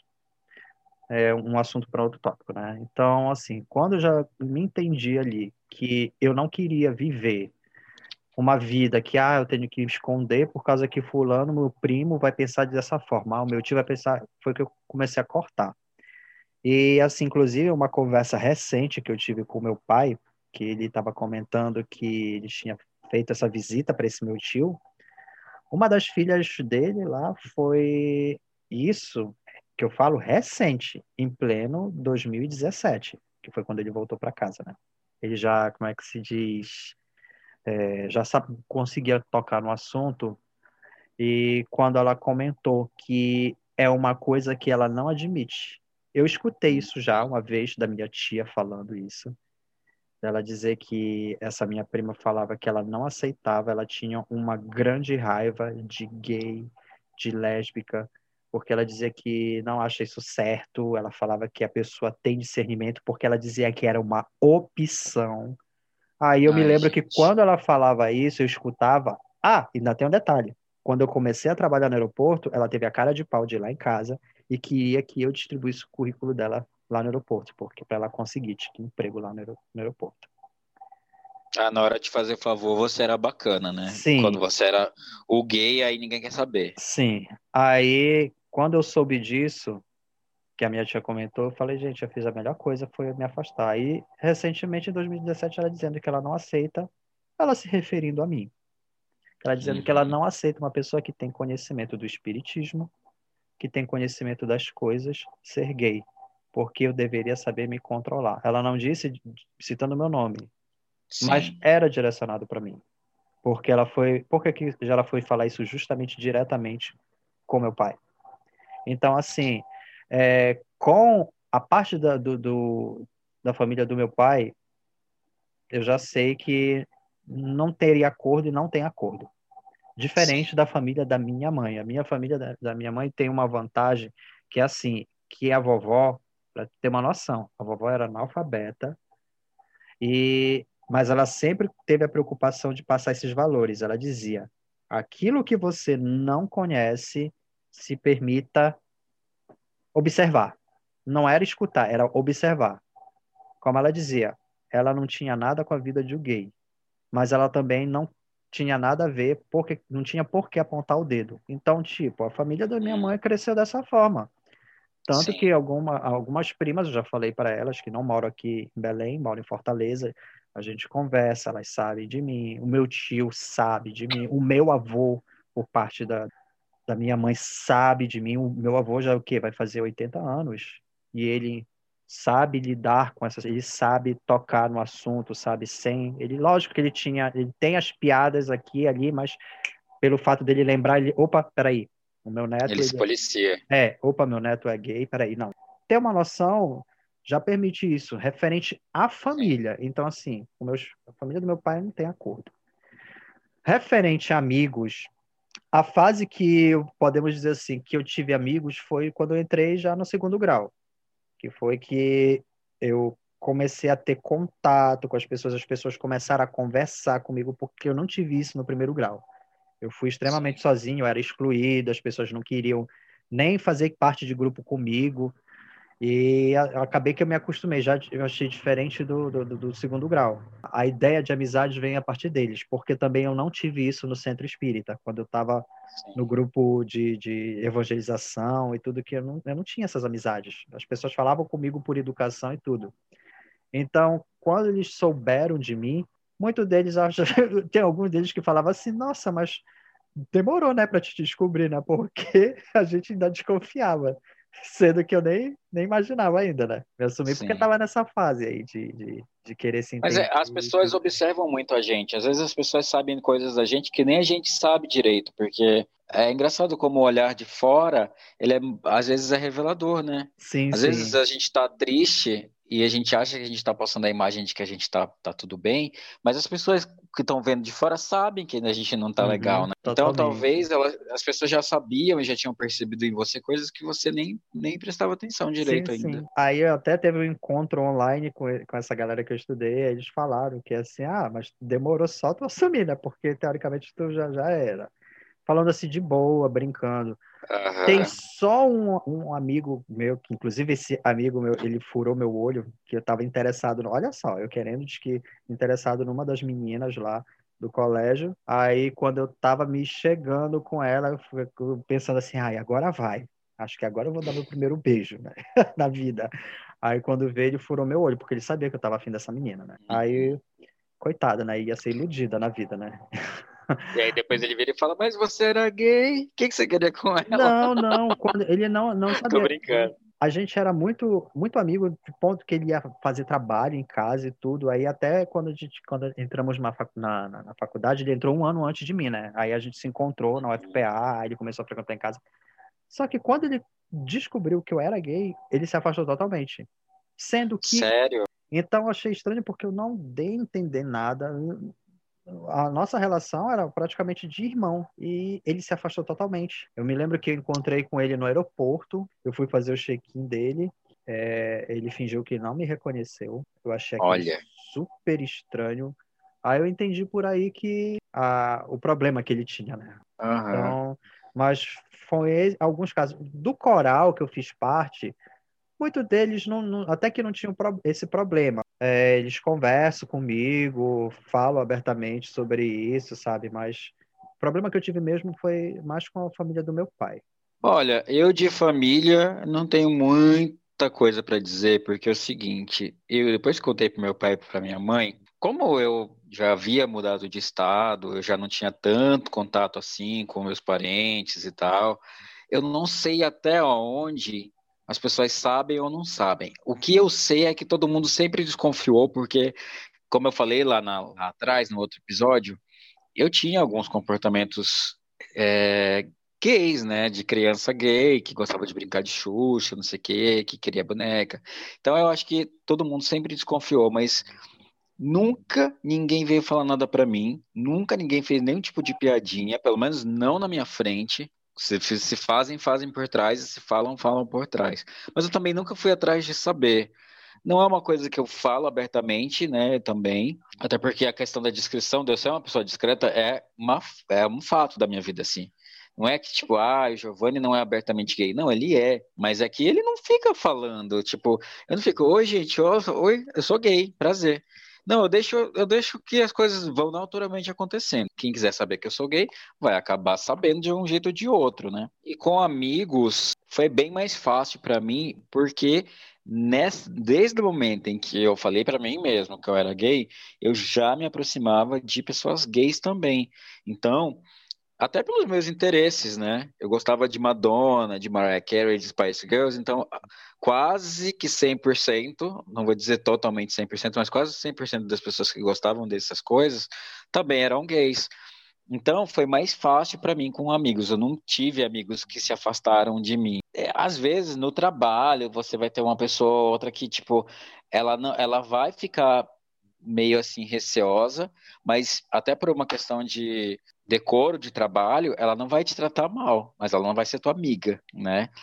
é um assunto para outro tópico, né? Então, assim, quando eu já me entendi ali que eu não queria viver uma vida que, eu tenho que me esconder por causa que fulano, meu primo, vai pensar dessa forma, o meu tio vai pensar, foi que eu comecei a cortar. E, assim, inclusive, uma conversa recente que eu tive com meu pai, que ele estava comentando que ele tinha feito essa visita para esse meu tio, uma das filhas dele lá foi isso que eu falo recente, em pleno 2017, que foi quando ele voltou para casa, né? Ele já, como é que se diz, já sabe, conseguia tocar no assunto e quando ela comentou que é uma coisa que ela não admite. Eu escutei isso já uma vez da minha tia falando isso. Ela dizer que essa minha prima falava que ela não aceitava, ela tinha uma grande raiva de gay, de lésbica, porque ela dizia que não acha isso certo, ela falava que a pessoa tem discernimento, porque ela dizia que era uma opção. Aí eu me Ai, lembro que gente. quando ela falava isso, eu escutava. Ainda tem um detalhe. Quando eu comecei a trabalhar no aeroporto, ela teve a cara de pau de ir lá em casa e queria que eu distribuísse o currículo dela lá no aeroporto, porque para ela conseguir tinha emprego lá no aeroporto. Ah, na hora de fazer favor, você era bacana, né? Quando Sim, você era o gay, aí ninguém quer saber. sim. Aí, quando eu soube disso, que a minha tia comentou, eu falei, gente, eu fiz a melhor coisa, foi me afastar. Aí, recentemente, em 2017, ela dizendo que ela não aceita, ela se referindo a mim. Ela dizendo que ela Uhum. não aceita uma pessoa que tem conhecimento do espiritismo, que tem conhecimento das coisas, ser gay, porque eu deveria saber me controlar. Ela não disse citando meu nome, mas Sim. era direcionado para mim, porque porque já ela foi falar isso justamente diretamente com meu pai. Então, assim, com a parte da família do meu pai, eu já sei que não teria acordo e não tem acordo. Diferente Sim. da família da minha mãe. A minha família da minha mãe tem uma vantagem que é assim, que a vovó, para ter uma noção, a vovó era analfabeta mas ela sempre teve a preocupação de passar esses valores. Ela dizia: aquilo que você não conhece, se permita observar. Não era escutar, era observar. Como ela dizia, ela não tinha nada com a vida de um gay, mas ela também não tinha nada a ver, porque não tinha por que apontar o dedo. Então, tipo, a família da minha mãe Hum, cresceu dessa forma. Tanto que sim. algumas primas, eu já falei para elas, que não moram aqui em Belém, moram em Fortaleza, a gente conversa, elas sabem de mim, o meu tio sabe de mim, o meu avô, por parte da minha mãe, sabe de mim, o meu avô já é o quê? Vai fazer 80 anos, e ele sabe lidar com essas, ele sabe tocar no assunto, sabe, lógico que ele tem as piadas aqui e ali, mas pelo fato dele lembrar, opa, peraí, o meu neto, Ele se policia. opa, meu neto é gay, peraí, não. Ter uma noção já permite isso, referente à Sim. família. Então, assim, a família do meu pai não tem acordo. Referente a amigos, a fase que podemos dizer assim, que eu tive amigos foi quando eu entrei já no segundo grau, que foi que eu comecei a ter contato com as pessoas começaram a conversar comigo, porque eu não tive isso no primeiro grau. Eu fui extremamente Sim. sozinho, eu era excluído, as pessoas não queriam nem fazer parte de grupo comigo. E acabei que eu me acostumei, já eu achei diferente do segundo grau. A ideia de amizade vem a partir deles, porque também eu não tive isso no centro espírita, quando eu estava no grupo de evangelização e tudo, que eu não tinha essas amizades. As pessoas falavam comigo por educação e tudo. Então, quando eles souberam de mim, muitos deles acham, tem alguns deles que falavam assim, nossa, mas demorou, né, para te descobrir, né? Porque a gente ainda desconfiava, sendo que eu nem imaginava ainda, né? Me assumi porque Sim. estava nessa fase aí de querer se Mas entender. as pessoas observam muito a gente. Às vezes as pessoas sabem coisas da gente que nem a gente sabe direito, porque é engraçado como o olhar de fora, às vezes é revelador, né? Sim, Às vezes sim. a gente está triste e a gente acha que a gente está passando a imagem de que a gente tá tudo bem, mas as pessoas que estão vendo de fora sabem que a gente não tá legal, Uhum, né? Então totalmente. talvez as pessoas já sabiam e já tinham percebido em você coisas que você nem prestava atenção Sim, direito ainda. sim. Aí eu até teve um encontro online com essa galera que eu estudei, aí eles falaram que assim, mas demorou só tu assumir, né? Porque teoricamente tu já era. Falando assim de boa, brincando. Tem Aham. só um amigo meu, que inclusive esse amigo meu, ele furou meu olho, que eu estava interessado, olha só, eu querendo, diz que interessado numa das meninas lá do colégio. Aí quando eu estava me chegando com ela, eu fui pensando assim, ai, agora vai. Acho que agora eu vou dar meu primeiro beijo, né, na vida. Aí quando veio, ele furou meu olho, porque ele sabia que eu estava afim dessa menina, né? Aí, coitada, né, ia ser iludida na vida, né? E aí depois ele vira e fala, mas você era gay? O que que você queria com ela? Não, não, quando ele não Tô sabia. brincando. A gente era muito muito amigo, de ponto que ele ia fazer trabalho em casa e tudo. Aí até quando entramos na faculdade, ele entrou um ano antes de mim, né? Aí a gente se encontrou na UFPA, aí ele começou a frequentar em casa. Só que quando ele descobriu que eu era gay, ele se afastou totalmente. Sendo que, Sério? então eu achei estranho porque eu não dei a entender nada. A nossa relação era praticamente de irmão e ele se afastou totalmente. Eu me lembro que eu encontrei com ele no aeroporto, eu fui fazer o check-in dele, ele fingiu que não me reconheceu, eu achei aquilo Olha. super estranho. Aí eu entendi por aí que o problema que ele tinha, né? Aham. Então, mas foi alguns casos. Do coral que eu fiz parte, muitos deles até que não tinham esse problema. Eles conversam comigo, falam abertamente sobre isso, sabe? Mas o problema que eu tive mesmo foi mais com a família do meu pai. Olha, eu de família não tenho muita coisa para dizer, porque é o seguinte, eu depois que contei pro meu pai e pra minha mãe, como eu já havia mudado de estado, eu já não tinha tanto contato assim com meus parentes e tal, eu não sei até onde as pessoas sabem ou não sabem. O que eu sei é que todo mundo sempre desconfiou, porque, como eu falei lá atrás, no outro episódio, eu tinha alguns comportamentos gays, né? De criança gay, que gostava de brincar de Xuxa, não sei o quê, que queria boneca. Então eu acho que todo mundo sempre desconfiou, mas nunca ninguém veio falar nada pra mim, nunca ninguém fez nenhum tipo de piadinha, pelo menos não na minha frente. Se fazem, fazem por trás, e se falam, falam por trás. Mas eu também nunca fui atrás de saber. Não é uma coisa que eu falo abertamente, né, também, até porque a questão da discrição, de eu ser uma pessoa discreta, é um fato da minha vida, assim. Não é que, tipo, o Giovanni não é abertamente gay. Não, ele é, mas é que ele não fica falando, tipo, eu não fico, oi, gente, oi, eu sou gay, prazer. Não, eu deixo que as coisas vão naturalmente acontecendo. Quem quiser saber que eu sou gay, vai acabar sabendo de um jeito ou de outro, né? E com amigos, foi bem mais fácil para mim, porque desde o momento em que eu falei para mim mesmo que eu era gay, eu já me aproximava de pessoas gays também. Então, até pelos meus interesses, né? Eu gostava de Madonna, de Mariah Carey, de Spice Girls, então quase que 100%, não vou dizer totalmente 100%, mas quase 100% das pessoas que gostavam dessas coisas também eram gays. Então foi mais fácil para mim com amigos. Eu não tive amigos que se afastaram de mim. Às vezes no trabalho você vai ter uma pessoa ou outra que tipo ela não, ela vai ficar meio assim receosa, mas até por uma questão de decoro de trabalho, ela não vai te tratar mal, mas ela não vai ser tua amiga, né?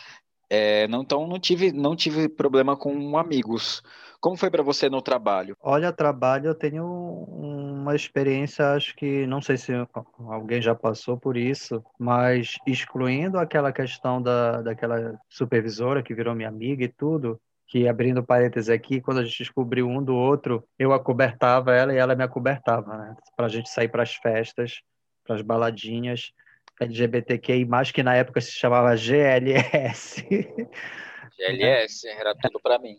Então não tive problema com amigos. Como foi para você no trabalho? Olha, trabalho, eu tenho uma experiência, acho que, não sei se alguém já passou por isso, mas excluindo aquela questão daquela supervisora que virou minha amiga e tudo, que abrindo parênteses aqui, quando a gente descobriu um do outro, eu acobertava ela e ela me acobertava, né? Pra gente sair para as festas, para as baladinhas LGBTQI+, que na época se chamava GLS. Né? GLS, era tudo para mim.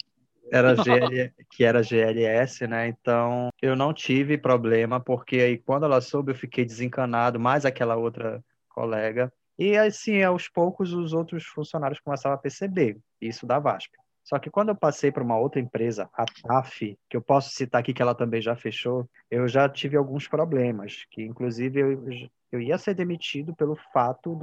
Que era GLS, né? Então, eu não tive problema, porque aí quando ela soube, eu fiquei desencanado, mais aquela outra colega. E assim, aos poucos, os outros funcionários começaram a perceber isso da VASP. Só que quando eu passei para uma outra empresa, a TAF, que eu posso citar aqui que ela também já fechou, eu já tive alguns problemas, que inclusive eu ia ser demitido pelo fato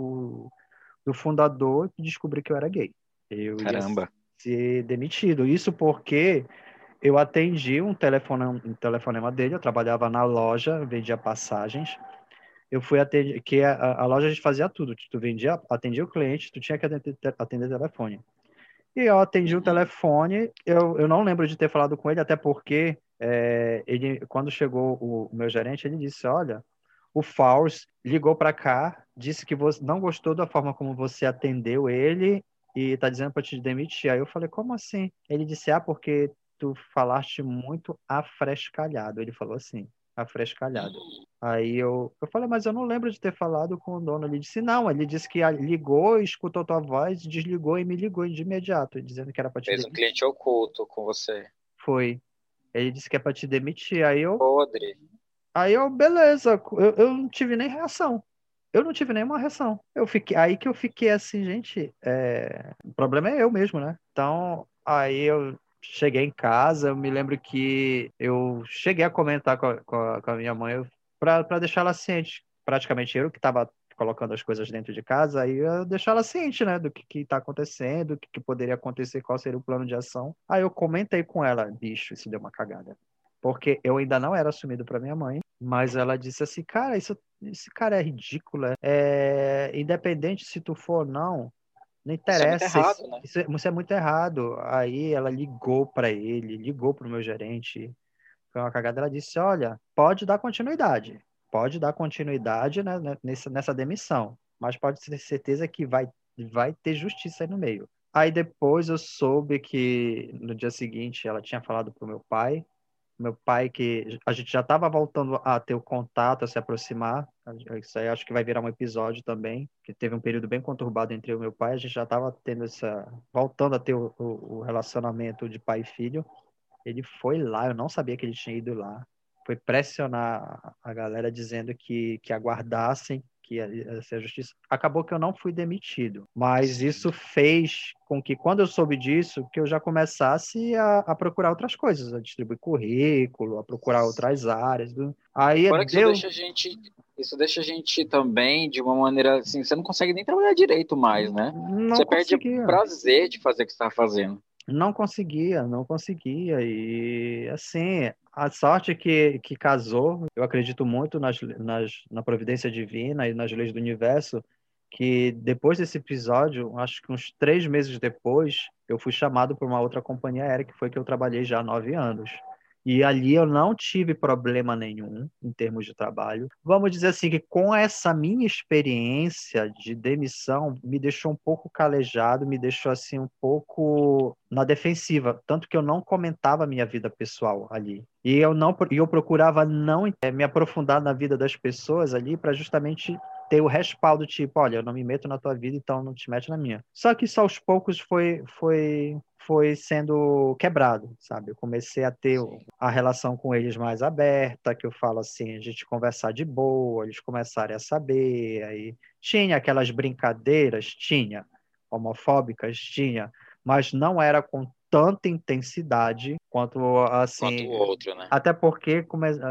do fundador descobrir que eu era gay. Eu ia Caramba. ser demitido. Isso porque eu atendi um telefonema dele, eu trabalhava na loja, vendia passagens. Eu fui atender, que a loja a gente fazia tudo. Tu atendia o cliente, tu tinha que atender telefone. E eu atendi o telefone, eu não lembro de ter falado com ele, até porque quando chegou o meu gerente, ele disse, olha, o Faust ligou para cá, disse que você não gostou da forma como você atendeu ele e tá dizendo para te demitir. Aí eu falei, como assim? Ele disse, porque tu falaste muito afrescalhado. Ele falou assim, afrescalhado. Aí eu falei, mas eu não lembro de ter falado com o dono. Ele disse, não, ele disse que ligou, escutou tua voz, desligou e me ligou de imediato, dizendo que era para te Fez um demitir. cliente oculto com você. Foi. Ele disse que é para te demitir. Podre. Beleza, eu não tive nem reação. Eu não tive nenhuma reação. Aí que eu fiquei assim, gente, o problema é eu mesmo, né? Então, aí eu cheguei em casa, eu me lembro que eu cheguei a comentar com a minha mãe para deixar ela ciente. Praticamente eu que estava colocando as coisas dentro de casa, aí eu deixar ela ciente, né, do que está acontecendo, o que poderia acontecer, qual seria o plano de ação. Aí eu comentei com ela, bicho, isso deu uma cagada. Porque eu ainda não era assumido para minha mãe, mas ela disse assim, cara, esse cara é ridículo, independente se tu for ou não Isso é muito interessa, errado, né? isso é muito errado. Aí ela ligou para ele, ligou para o meu gerente, foi uma cagada, ela disse, olha, pode dar continuidade, né, nessa demissão, mas pode ter certeza que vai ter justiça aí no meio. Aí depois eu soube que no dia seguinte ela tinha falado pro meu pai, que a gente já estava voltando a ter o contato, a se aproximar. Isso aí acho que vai virar um episódio também, que teve um período bem conturbado entre eu e meu pai. A gente já estava voltando a ter o relacionamento de pai e filho. Ele foi lá, eu não sabia que ele tinha ido lá. Foi pressionar a galera dizendo que aguardassem que ia ser a justiça. Acabou que eu não fui demitido, mas isso fez com que, quando eu soube disso, que eu já começasse a procurar outras coisas, a distribuir currículo, a procurar outras áreas. Aí Fora que isso deixa a gente também de uma maneira assim, você não consegue nem trabalhar direito mais, né? Não Você perde o conseguia. prazer de fazer o que você está fazendo. Não conseguia, não conseguia. E, assim, a sorte que casou, eu acredito muito na providência divina e nas leis do universo, que depois desse episódio, acho que uns 3 meses depois, eu fui chamado por uma outra companhia aérea, que foi que eu trabalhei já há 9 anos. E ali eu não tive problema nenhum em termos de trabalho. Vamos dizer assim que com essa minha experiência de demissão me deixou um pouco calejado, me deixou assim um pouco na defensiva, tanto que eu não comentava a minha vida pessoal ali. E eu procurava não me aprofundar na vida das pessoas ali para justamente ter o respaldo, tipo, olha, eu não me meto na tua vida, então não te mete na minha. Só que isso aos poucos foi sendo quebrado, sabe? Eu comecei a ter a relação com eles mais aberta, que eu falo assim, a gente conversar de boa, eles começarem a saber, aí tinha aquelas brincadeiras, tinha, homofóbicas, tinha, mas não era com tanta intensidade quanto Quanto assim, o outro, né? até porque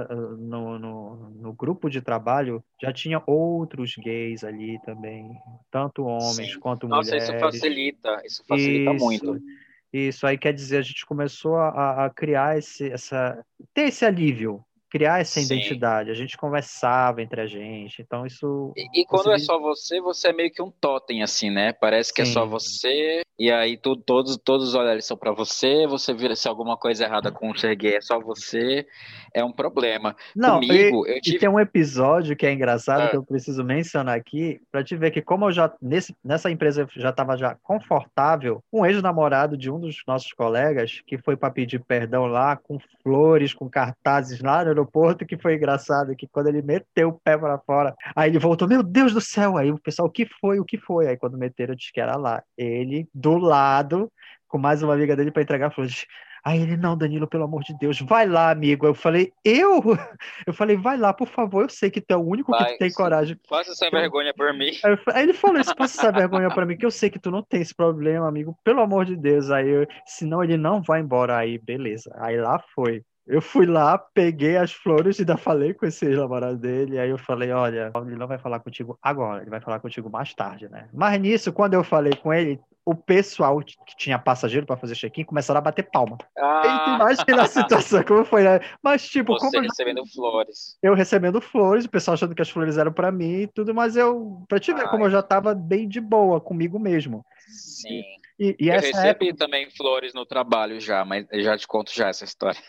no grupo de trabalho já tinha outros gays ali também, tanto homens Sim. quanto Nossa, mulheres. isso facilita Isso, muito. isso aí quer dizer, a gente começou a criar ter esse alívio, criar essa Sim. identidade. A gente conversava entre a gente, então isso E quando é só você, você é meio que um totem, assim, né? Parece que é só sim. você, e aí todos os olhares são pra você, você vira se alguma coisa errada com o ser gay, é só você, é um problema. Não, Comigo, eu e tive. tem um episódio que é engraçado que Ah, eu preciso mencionar aqui para te ver que como eu já nessa empresa eu já estava já confortável, um ex-namorado de um dos nossos colegas que foi para pedir perdão lá com flores, com cartazes lá no aeroporto, que foi engraçado que quando ele meteu o pé para fora, aí ele voltou, meu Deus do céu, aí o pessoal, o que foi? O que foi? Aí quando meteram, eu disse que era lá, ele do lado com mais uma amiga dele para entregar flores. Aí ele, não, Danilo, pelo amor de Deus, vai lá, amigo. Eu falei, eu? Eu falei, vai lá, por favor, eu sei que tu é o único que vai, tem coragem. faça essa vergonha por mim. Aí ele falou isso, passa essa vergonha pra mim, que eu sei que tu não tem esse problema, amigo, pelo amor de Deus. Senão ele não vai embora. Aí, beleza. Aí lá foi. Eu fui lá, peguei as flores e ainda falei com esse namorado dele. Aí eu falei, olha, ele não vai falar contigo agora, ele vai falar contigo mais tarde, né? Mas nisso, quando eu falei com ele, o pessoal que tinha passageiro para fazer check-in começaram a bater palma. Aí tu Ah, imagina a situação, como foi, né? Mas, tipo, você recebendo flores. eu recebendo flores, o pessoal achando que as flores eram para mim e tudo, mas pra te ver como Ai, eu já tava bem de boa comigo mesmo. sim. E Eu essa recebi época. também flores no trabalho já, mas eu já te conto já essa história.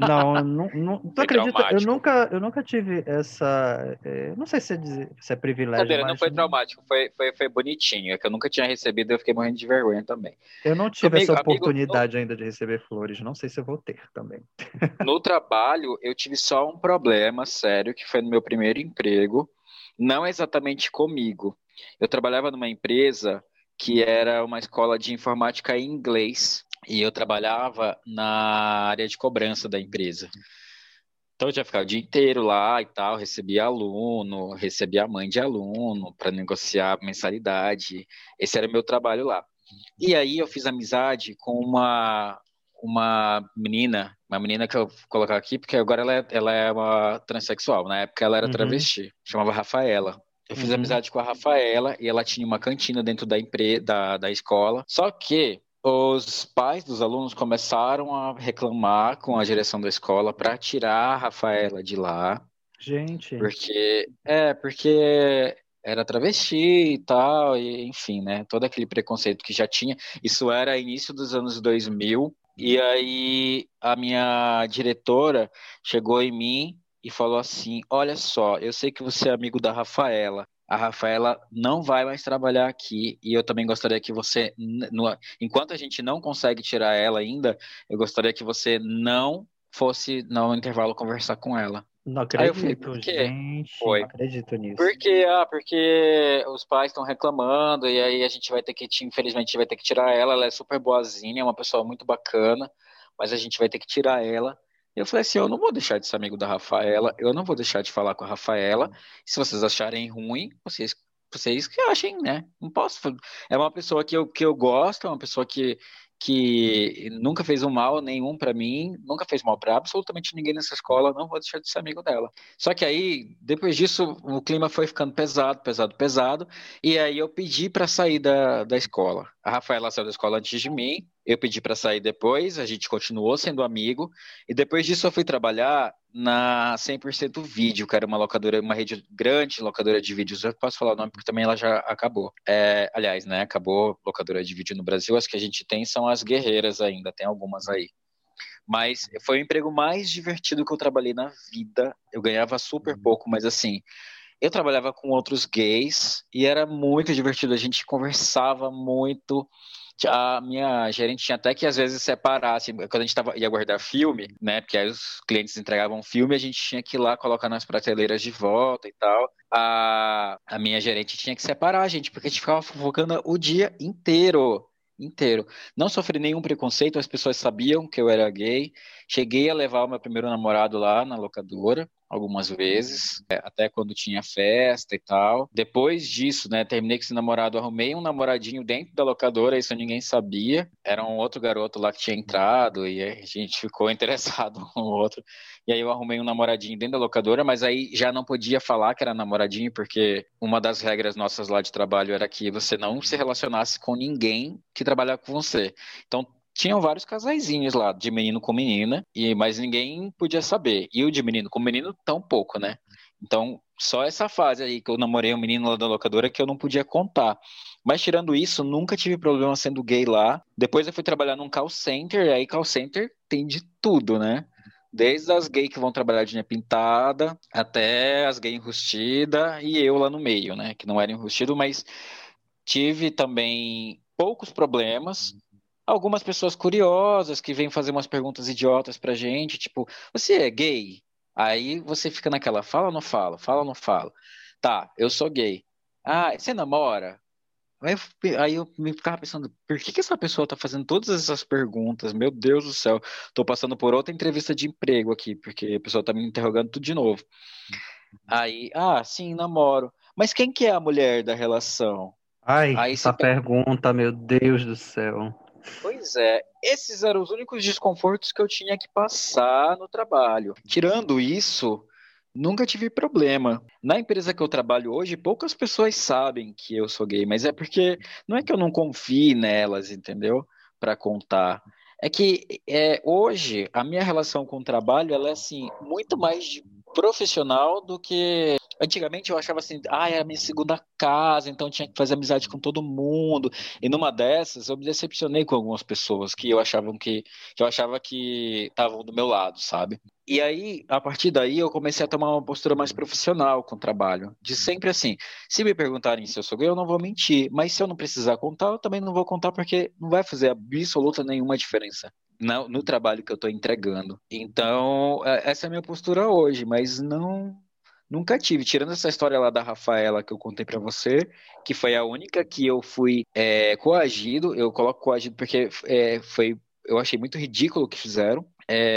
Tu Foi acredita? traumático. Eu nunca tive essa. Não sei se é privilégio, Brincadeira, não mas foi traumático, foi bonitinho. É que eu nunca tinha recebido e eu fiquei morrendo de vergonha também. eu não tive essa Comigo, amigo, oportunidade ainda de receber flores. Não sei se eu vou ter também. no trabalho, eu tive só um problema sério, que foi no meu primeiro emprego, não exatamente comigo. Eu trabalhava numa empresa que era uma escola de informática em inglês, e eu trabalhava na área de cobrança da empresa. Então eu já ficava o dia inteiro lá e tal, recebia aluno, recebia a mãe de aluno para negociar mensalidade. Esse era o meu trabalho lá. E aí eu fiz amizade com uma menina que eu vou colocar aqui, porque agora ela é uma transexual. Na época ela era Uhum, travesti, chamava Rafaela. Eu fiz uhum. amizade com a Rafaela e ela tinha uma cantina dentro da escola. Só que os pais dos alunos começaram a reclamar com a direção da escola para tirar a Rafaela de lá, Gente, porque era travesti e tal, e enfim, né? Todo aquele preconceito que já tinha. Isso era início dos anos 2000, e aí a minha diretora chegou em mim e falou assim: Olha só, eu sei que você é amigo da Rafaela. A Rafaela não vai mais trabalhar aqui e eu também gostaria que você, enquanto a gente não consegue tirar ela ainda, eu gostaria que você não fosse no intervalo conversar com ela. não Aí eu falei, por acredito, quê? gente, não Foi. acredito nisso. Porque os pais estão reclamando e aí a gente vai ter que, infelizmente, vai ter que tirar ela. Ela é super boazinha, é uma pessoa muito bacana, mas a gente vai ter que tirar ela. E eu falei assim, eu não vou deixar de ser amigo da Rafaela, eu não vou deixar de falar com a Rafaela. Se vocês acharem ruim, vocês que achem, né? Não posso. É uma pessoa que eu gosto, é uma pessoa que nunca fez um mal nenhum pra mim, nunca fez mal pra absolutamente ninguém nessa escola, não vou deixar de ser amigo dela. Só que aí, depois disso, o clima foi ficando pesado, pesado, pesado, e aí eu pedi pra sair da escola. A Rafaela saiu da escola antes de mim, eu pedi pra sair depois, a gente continuou sendo amigo, e depois disso eu fui trabalhar na 100% Vídeo, que era uma locadora, uma rede grande, locadora de vídeos. Eu posso falar o nome porque também ela já acabou. Aliás, né, acabou locadora de vídeo no Brasil. As que a gente tem são as guerreiras ainda, tem algumas aí. Mas foi o emprego mais divertido que eu trabalhei na vida. Eu ganhava super pouco, mas assim, eu trabalhava com outros gays e era muito divertido. A gente conversava muito. A minha gerente tinha até que às vezes separar, assim, quando a gente ia guardar filme, né? Porque aí os clientes entregavam filme, a gente tinha que ir lá colocar nas prateleiras de volta e tal. A minha gerente tinha que separar a gente, porque a gente ficava fofocando o dia inteiro. Inteiro. Não sofri nenhum preconceito, as pessoas sabiam que eu era gay. Cheguei a levar o meu primeiro namorado lá na locadora algumas vezes, até quando tinha festa e tal. Depois disso, né, terminei com esse namorado, arrumei um namoradinho dentro da locadora, isso ninguém sabia. Era um outro garoto lá que tinha entrado e a gente ficou interessado um no outro. E aí eu arrumei um namoradinho dentro da locadora, mas aí já não podia falar que era namoradinho, porque uma das regras nossas lá de trabalho era que você não se relacionasse com ninguém que trabalhava com você. Então, tinham vários casaizinhos lá, de menino com menina, mas ninguém podia saber. E o de menino com menino, tão pouco, né? Então, só essa fase aí que eu namorei um menino lá da locadora que eu não podia contar. Mas tirando isso, nunca tive problema sendo gay lá. Depois eu fui trabalhar num call center, e aí call center tem de tudo, né? Desde as gays que vão trabalhar de unha pintada, até as gays enrustidas, e eu lá no meio, né? Que não era enrustido, mas tive também poucos problemas. Algumas pessoas curiosas que vêm fazer umas perguntas idiotas pra gente, tipo, você é gay? Aí você fica naquela, fala ou não fala? Fala ou não fala? Tá, eu sou gay. Ah, você namora? Aí eu me ficava pensando, por que que essa pessoa tá fazendo todas essas perguntas? Meu Deus do céu, tô passando por outra entrevista de emprego aqui, porque a pessoa tá me interrogando tudo de novo. Aí, sim, namoro. Mas quem que é a mulher da relação? Ai, Aí você essa pergunta, meu Deus do céu. Pois é, esses eram os únicos desconfortos que eu tinha que passar no trabalho. Tirando isso, nunca tive problema. Na empresa que eu trabalho hoje, poucas pessoas sabem que eu sou gay, mas é porque não é que eu não confie nelas, entendeu? Para contar. É que hoje a minha relação com o trabalho ela é assim muito mais profissional do que antigamente eu achava assim, é a minha segunda casa, então eu tinha que fazer amizade com todo mundo. E numa dessas, eu me decepcionei com algumas pessoas que eu achava que estavam do meu lado, sabe? E aí, a partir daí, eu comecei a tomar uma postura mais profissional com o trabalho. De sempre assim, se me perguntarem se eu sou gay, eu não vou mentir. Mas se eu não precisar contar, eu também não vou contar porque não vai fazer absoluta nenhuma diferença no trabalho que eu estou entregando. Então, essa é a minha postura hoje, mas não. Nunca tive, tirando essa história lá da Rafaela que eu contei pra você, que foi a única que eu fui coagido. Eu coloco coagido porque eu achei muito ridículo o que fizeram.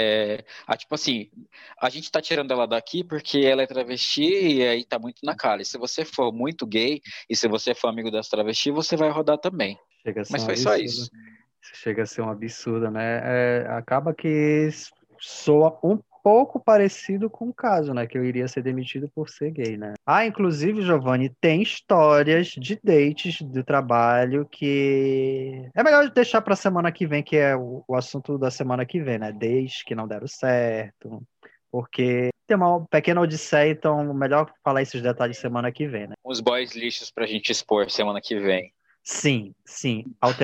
Tipo assim, a gente tá tirando ela daqui porque ela é travesti e aí tá muito na cara. E se você for muito gay e se você for amigo das travestis, você vai rodar também. Chega a ser Mas um foi só absurdo. isso. Chega a ser um absurdo, né? Acaba que soa um pouco parecido com o caso, né? Que eu iria ser demitido por ser gay, né? Inclusive, Giovanni, tem histórias de dates do trabalho que é melhor deixar para a semana que vem, que é o assunto da semana que vem, né? Dates que não deram certo, porque tem uma pequena odisseia, então melhor falar esses detalhes semana que vem, né? Uns boys lixos pra gente expor semana que vem. Sim, sim,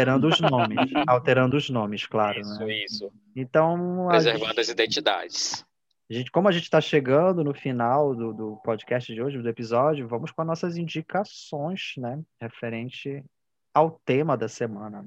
alterando os nomes, claro, Isso, né? isso. Então, Preservando as identidades. como a gente está chegando no final do podcast de hoje, do episódio, vamos com as nossas indicações, né? Referente ao tema da semana.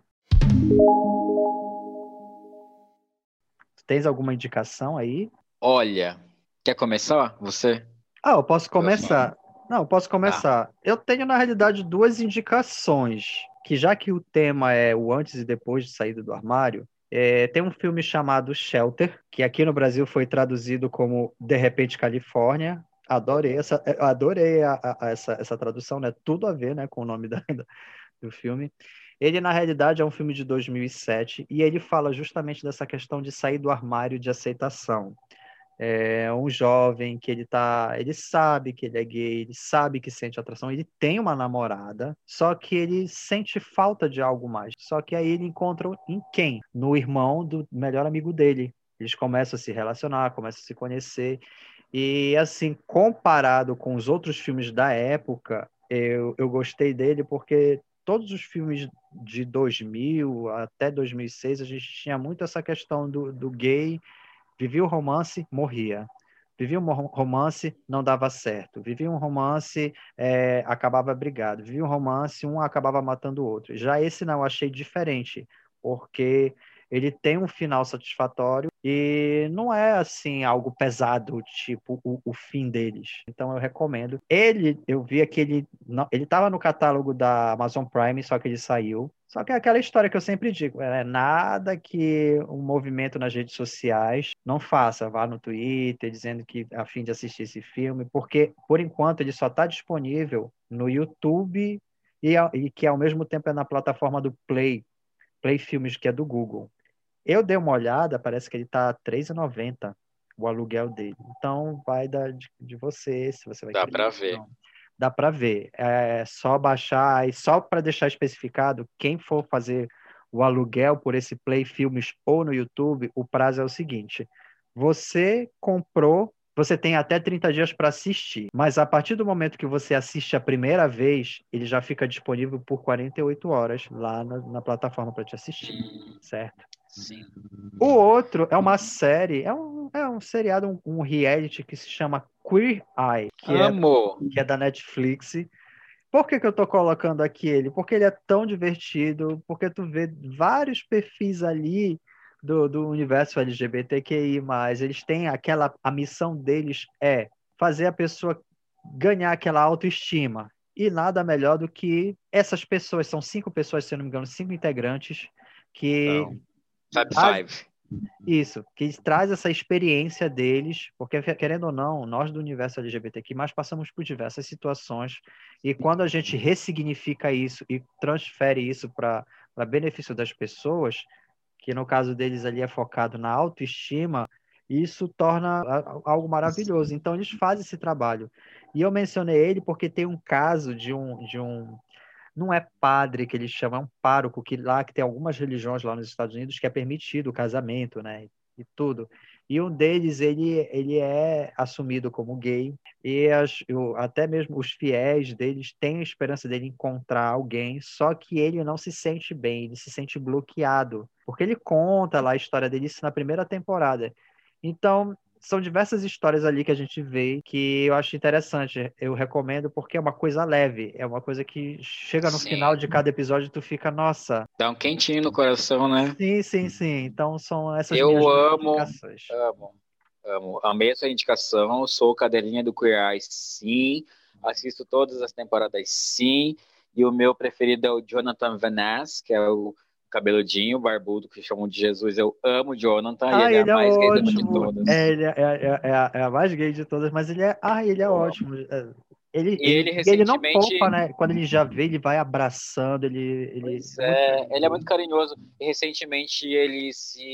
Tens alguma indicação aí? Olha, quer começar? Você? Eu posso Próximo. começar. Não, eu posso começar. Eu tenho, na realidade, duas indicações, que já que o tema é o antes e depois de saída do armário, tem um filme chamado Shelter, que aqui no Brasil foi traduzido como De Repente Califórnia. Adorei essa tradução, né? Tudo a ver, né, com o nome do filme. Ele, na realidade, é um filme de 2007 e ele fala justamente dessa questão de sair do armário de aceitação. É um jovem que ele sabe que ele é gay, ele sabe que sente atração, ele tem uma namorada, só que ele sente falta de algo mais. Só que aí ele encontra em quem? No irmão do melhor amigo dele. Eles começam a se relacionar, começam a se conhecer. E assim, comparado com os outros filmes da época, eu gostei dele porque todos os filmes de 2000 até 2006, a gente tinha muito essa questão do gay. Vivia o romance, morria. Vivia um romance, não dava certo. Vivia um romance, acabava brigado. Vivia um romance, um acabava matando o outro. Já esse não, eu achei diferente, porque ele tem um final satisfatório e não é assim algo pesado, tipo o fim deles. Então eu recomendo. Eu vi que ele estava no catálogo da Amazon Prime, só que ele saiu. Só que é aquela história que eu sempre digo, nada que um movimento nas redes sociais não faça. Vá no Twitter dizendo que é a fim de assistir esse filme, porque, por enquanto, ele só está disponível no YouTube e que, ao mesmo tempo, é na plataforma do Play Filmes, que é do Google. Eu dei uma olhada, parece que ele está R$3,90 o aluguel dele. Então, vai de você, se você vai Dá querer. pra ver. Não. Dá para ver. É só baixar e só para deixar especificado, quem for fazer o aluguel por esse Play Filmes ou no YouTube, o prazo é o seguinte: você comprou, você tem até 30 dias para assistir, mas a partir do momento que você assiste a primeira vez, ele já fica disponível por 48 horas lá na plataforma para te assistir, certo? Sim. O outro é uma série, é um seriado, um reality que se chama Queer Eye, Amo! que é da Netflix. Por que eu tô colocando aqui ele? Porque ele é tão divertido, porque tu vê vários perfis ali do universo LGBTQI+, eles têm a missão deles é fazer a pessoa ganhar aquela autoestima. E nada melhor do que essas pessoas, são 5 pessoas, se eu não me engano, 5 integrantes, que Então, Top traz- 5. isso, que traz essa experiência deles, porque querendo ou não, nós do universo LGBTQ+, passamos por diversas situações, e quando a gente ressignifica isso e transfere isso para benefício das pessoas, que no caso deles ali é focado na autoestima, isso torna algo maravilhoso. Então eles fazem esse trabalho. E eu mencionei ele porque tem um caso de um não é padre que eles chamam, é um pároco que tem algumas religiões lá nos Estados Unidos que é permitido o casamento, né? E tudo. E um deles, ele é assumido como gay, e até mesmo os fiéis deles têm a esperança dele encontrar alguém, só que ele não se sente bem, ele se sente bloqueado, porque ele conta lá a história dele isso na primeira temporada. Então, são diversas histórias ali que a gente vê que eu acho interessante. Eu recomendo porque é uma coisa leve, é uma coisa que chega no Sim. final de cada episódio e tu fica, nossa, Dá um quentinho no coração, né? sim, sim, sim. Então são essas Eu minhas duas amo, indicações. amo. Amei essa indicação. Sou cadelinha do Queer Eye, sim. Assisto todas as temporadas, sim. E o meu preferido é o Jonathan Van Ness, que é o cabeludinho, barbudo, que chamam de Jesus. Eu amo o Jonathan e Ah, ele é a ele é mais gay de ótimo. todas. Ele é a mais gay de todas, mas ele é Eu amo. ótimo. Ele, E ele, ele e ele não recentemente, poupa, né? Quando ele já vê, ele vai abraçando, ele pois é muito é, ele é muito carinhoso. carinhoso. E recentemente ele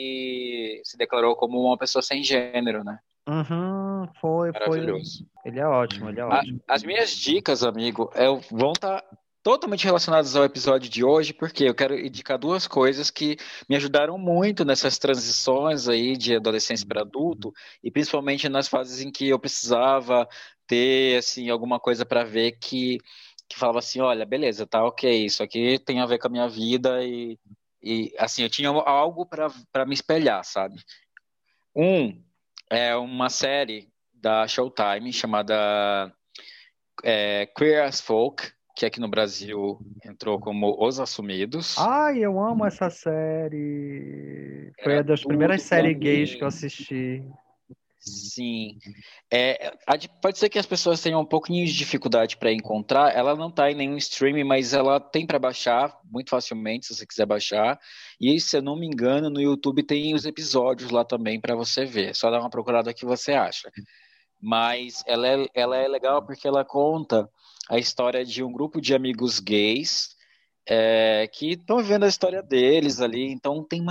se declarou como uma pessoa sem gênero, né? Uhum, foi. Maravilhoso. Ele é ótimo, ele é ótimo. As minhas dicas, amigo, vão estar totalmente relacionadas ao episódio de hoje, porque eu quero indicar duas coisas que me ajudaram muito nessas transições aí de adolescência para adulto, e principalmente nas fases em que eu precisava ter assim alguma coisa para ver que falava assim, olha, beleza, tá ok, isso aqui tem a ver com a minha vida e assim, eu tinha algo para me espelhar, sabe? Um é uma série da Showtime chamada Queer as Folk, que aqui no Brasil entrou como Os Assumidos. Ai, eu amo essa série. Foi Era uma das primeiras tudo pra séries gays que eu mim. assisti. Sim. Pode ser que as pessoas tenham um pouquinho de dificuldade para encontrar. Ela não está em nenhum streaming, mas ela tem para baixar muito facilmente, se você quiser baixar. E se eu não me engano, no YouTube tem os episódios lá também para você ver. É só dar uma procurada que você acha. Mas ela é legal porque ela conta a história de um grupo de amigos gays que estão vivendo a história deles ali. Então tem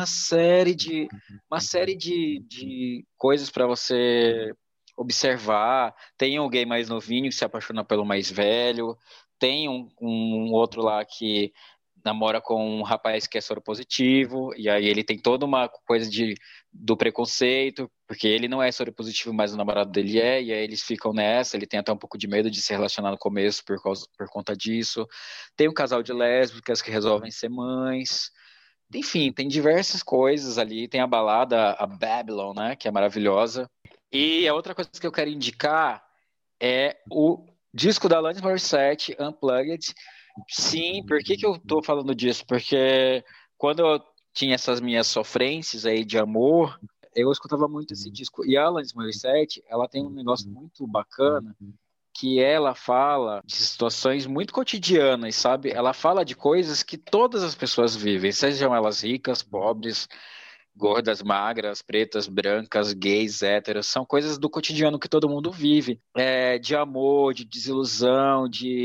uma série de coisas para você observar. Tem um gay mais novinho que se apaixona pelo mais velho. Tem um outro lá que namora com um rapaz que é soropositivo, e aí ele tem toda uma coisa do preconceito, porque ele não é soropositivo, mas o namorado dele é, e aí eles ficam nessa, ele tem até um pouco de medo de se relacionar no começo por conta disso. Tem um casal de lésbicas que resolvem ser mães. Enfim, tem diversas coisas ali, tem a balada, a Babylon, né, que é maravilhosa. E a outra coisa que eu quero indicar é o disco da Alanis Morissette, Unplugged. Sim, por que que eu tô falando disso? Porque quando eu tinha essas minhas sofrências aí de amor, eu escutava muito esse disco. E a Alanis Morissette, ela tem um negócio muito bacana, que ela fala de situações muito cotidianas, sabe? Ela fala de coisas que todas as pessoas vivem, sejam elas ricas, pobres, gordas, magras, pretas, brancas, gays, héteros, são coisas do cotidiano que todo mundo vive, de amor, de desilusão,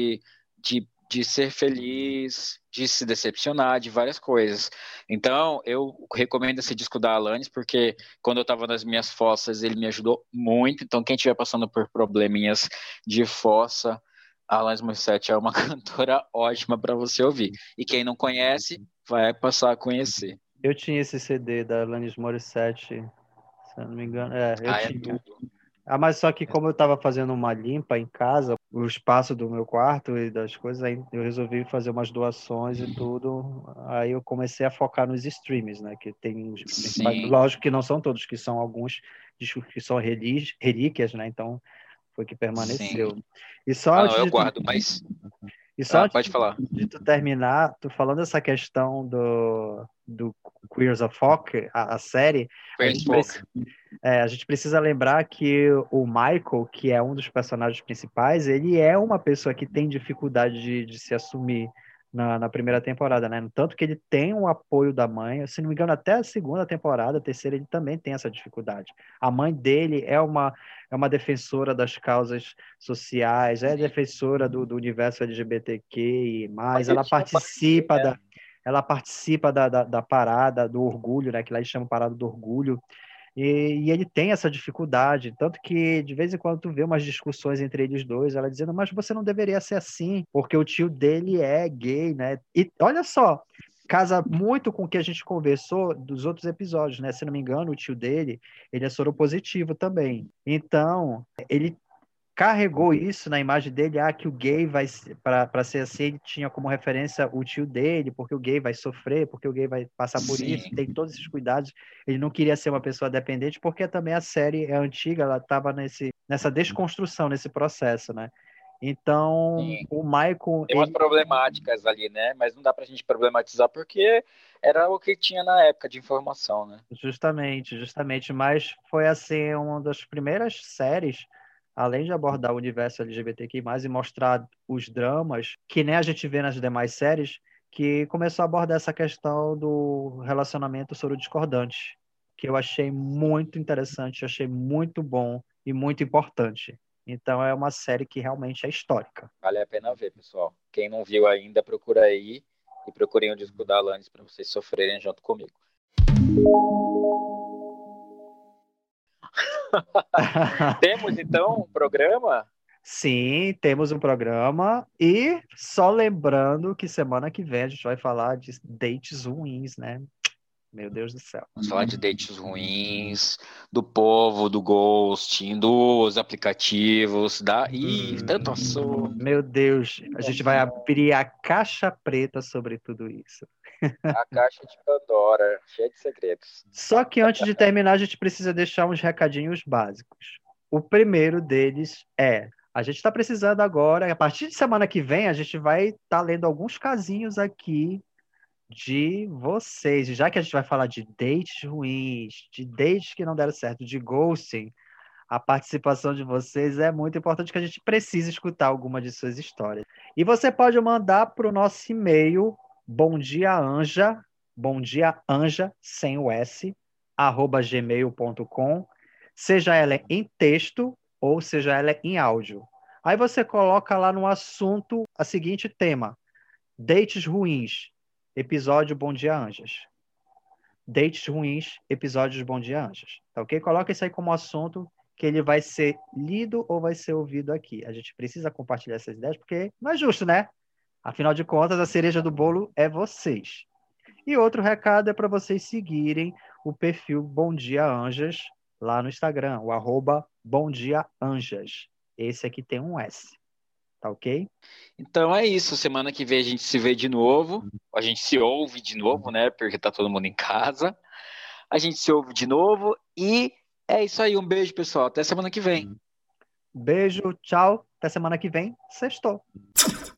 de ser feliz, de se decepcionar, de várias coisas. Então, eu recomendo esse disco da Alanis, porque quando eu estava nas minhas fossas, ele me ajudou muito. Então, quem estiver passando por probleminhas de fossa, a Alanis Morissette é uma cantora ótima para você ouvir. E quem não conhece, vai passar a conhecer. Eu tinha esse CD da Alanis Morissette, se eu não me engano. Eu É tinha. tudo. Mas só que como eu estava fazendo uma limpa em casa, o espaço do meu quarto e das coisas, aí eu resolvi fazer umas doações e tudo. Aí eu comecei a focar nos streams, né? Que tem os principais. Sim. Lógico que não são todos, que são alguns discos que são relíquias, né? Então foi que permaneceu. Sim. E só Não, eu guardo, mas... E só antes pode falar. de tu terminar, tu falando essa questão do Queers of Folk, a série, a gente precisa lembrar que o Michael, que é um dos personagens principais, ele é uma pessoa que tem dificuldade de se assumir na primeira temporada, né? Tanto que ele tem o apoio da mãe, se não me engano, até a segunda temporada, a terceira, ele também tem essa dificuldade. A mãe dele é uma defensora das causas sociais, é defensora do universo LGBTQ+, ela participa da parada do orgulho, né? Que lá eles chamam parada do orgulho. E ele tem essa dificuldade, tanto que de vez em quando tu vê umas discussões entre eles dois, ela dizendo, mas você não deveria ser assim, porque o tio dele é gay, né? E olha só, casa muito com o que a gente conversou dos outros episódios, né? Se não me engano, o tio dele, ele é soropositivo também. Então, ele carregou isso na imagem dele, que o gay vai, para ser assim, ele tinha como referência o tio dele, porque o gay vai sofrer, porque o gay vai passar por isso, tem todos esses cuidados. Ele não queria ser uma pessoa dependente, porque também a série é antiga, ela estava nessa desconstrução, nesse processo, né? Então, Sim. o Michael... Tem umas problemáticas ali, né? Mas não dá pra gente problematizar porque era o que tinha na época de informação, né? Justamente. Mas foi, assim, uma das primeiras séries, além de abordar o universo LGBTQI+, e mostrar os dramas, que nem a gente vê nas demais séries, que começou a abordar essa questão do relacionamento soro-discordante, que eu achei muito interessante, achei muito bom e muito importante. Então é uma série que realmente é histórica. Vale a pena ver, pessoal. Quem não viu ainda, procura aí e procurem o disco da Alanis para vocês sofrerem junto comigo. Temos, então, um programa? Sim, temos um programa. E só lembrando que semana que vem a gente vai falar de dates ruins, né? Meu Deus do céu. Vamos falar de dates ruins, do povo, do ghosting, dos aplicativos, tanto assunto. Meu Deus, a gente vai abrir a caixa preta sobre tudo isso. A caixa de Pandora, cheia de segredos. Só que antes de terminar, a gente precisa deixar uns recadinhos básicos. O primeiro deles a gente está precisando agora, a partir de semana que vem, a gente vai estar lendo alguns casinhos aqui de vocês. Já que a gente vai falar de dates ruins, de dates que não deram certo, de ghosting, a participação de vocês é muito importante, que a gente precisa escutar alguma de suas histórias. E você pode mandar para o nosso e-mail, bomdiaanja, sem o S, @gmail.com, seja ela em texto ou seja ela em áudio. Aí você coloca lá no assunto o seguinte tema: dates ruins, episódio Bom Dia Anjas. Dates ruins, episódios Bom Dia Anjas. Tá ok? Coloca isso aí como assunto, que ele vai ser lido ou vai ser ouvido aqui. A gente precisa compartilhar essas ideias, porque não é justo, né? Afinal de contas, a cereja do bolo é vocês. E outro recado é para vocês seguirem o perfil Bom Dia Anjas lá no Instagram, o @bomdiaanjas. Esse aqui tem um S. Tá ok? Então é isso. Semana que vem a gente se vê de novo. A gente se ouve de novo, né? Porque tá todo mundo em casa. A gente se ouve de novo. E é isso aí. Um beijo, pessoal. Até semana que vem. Beijo, tchau. Até semana que vem. Sextou.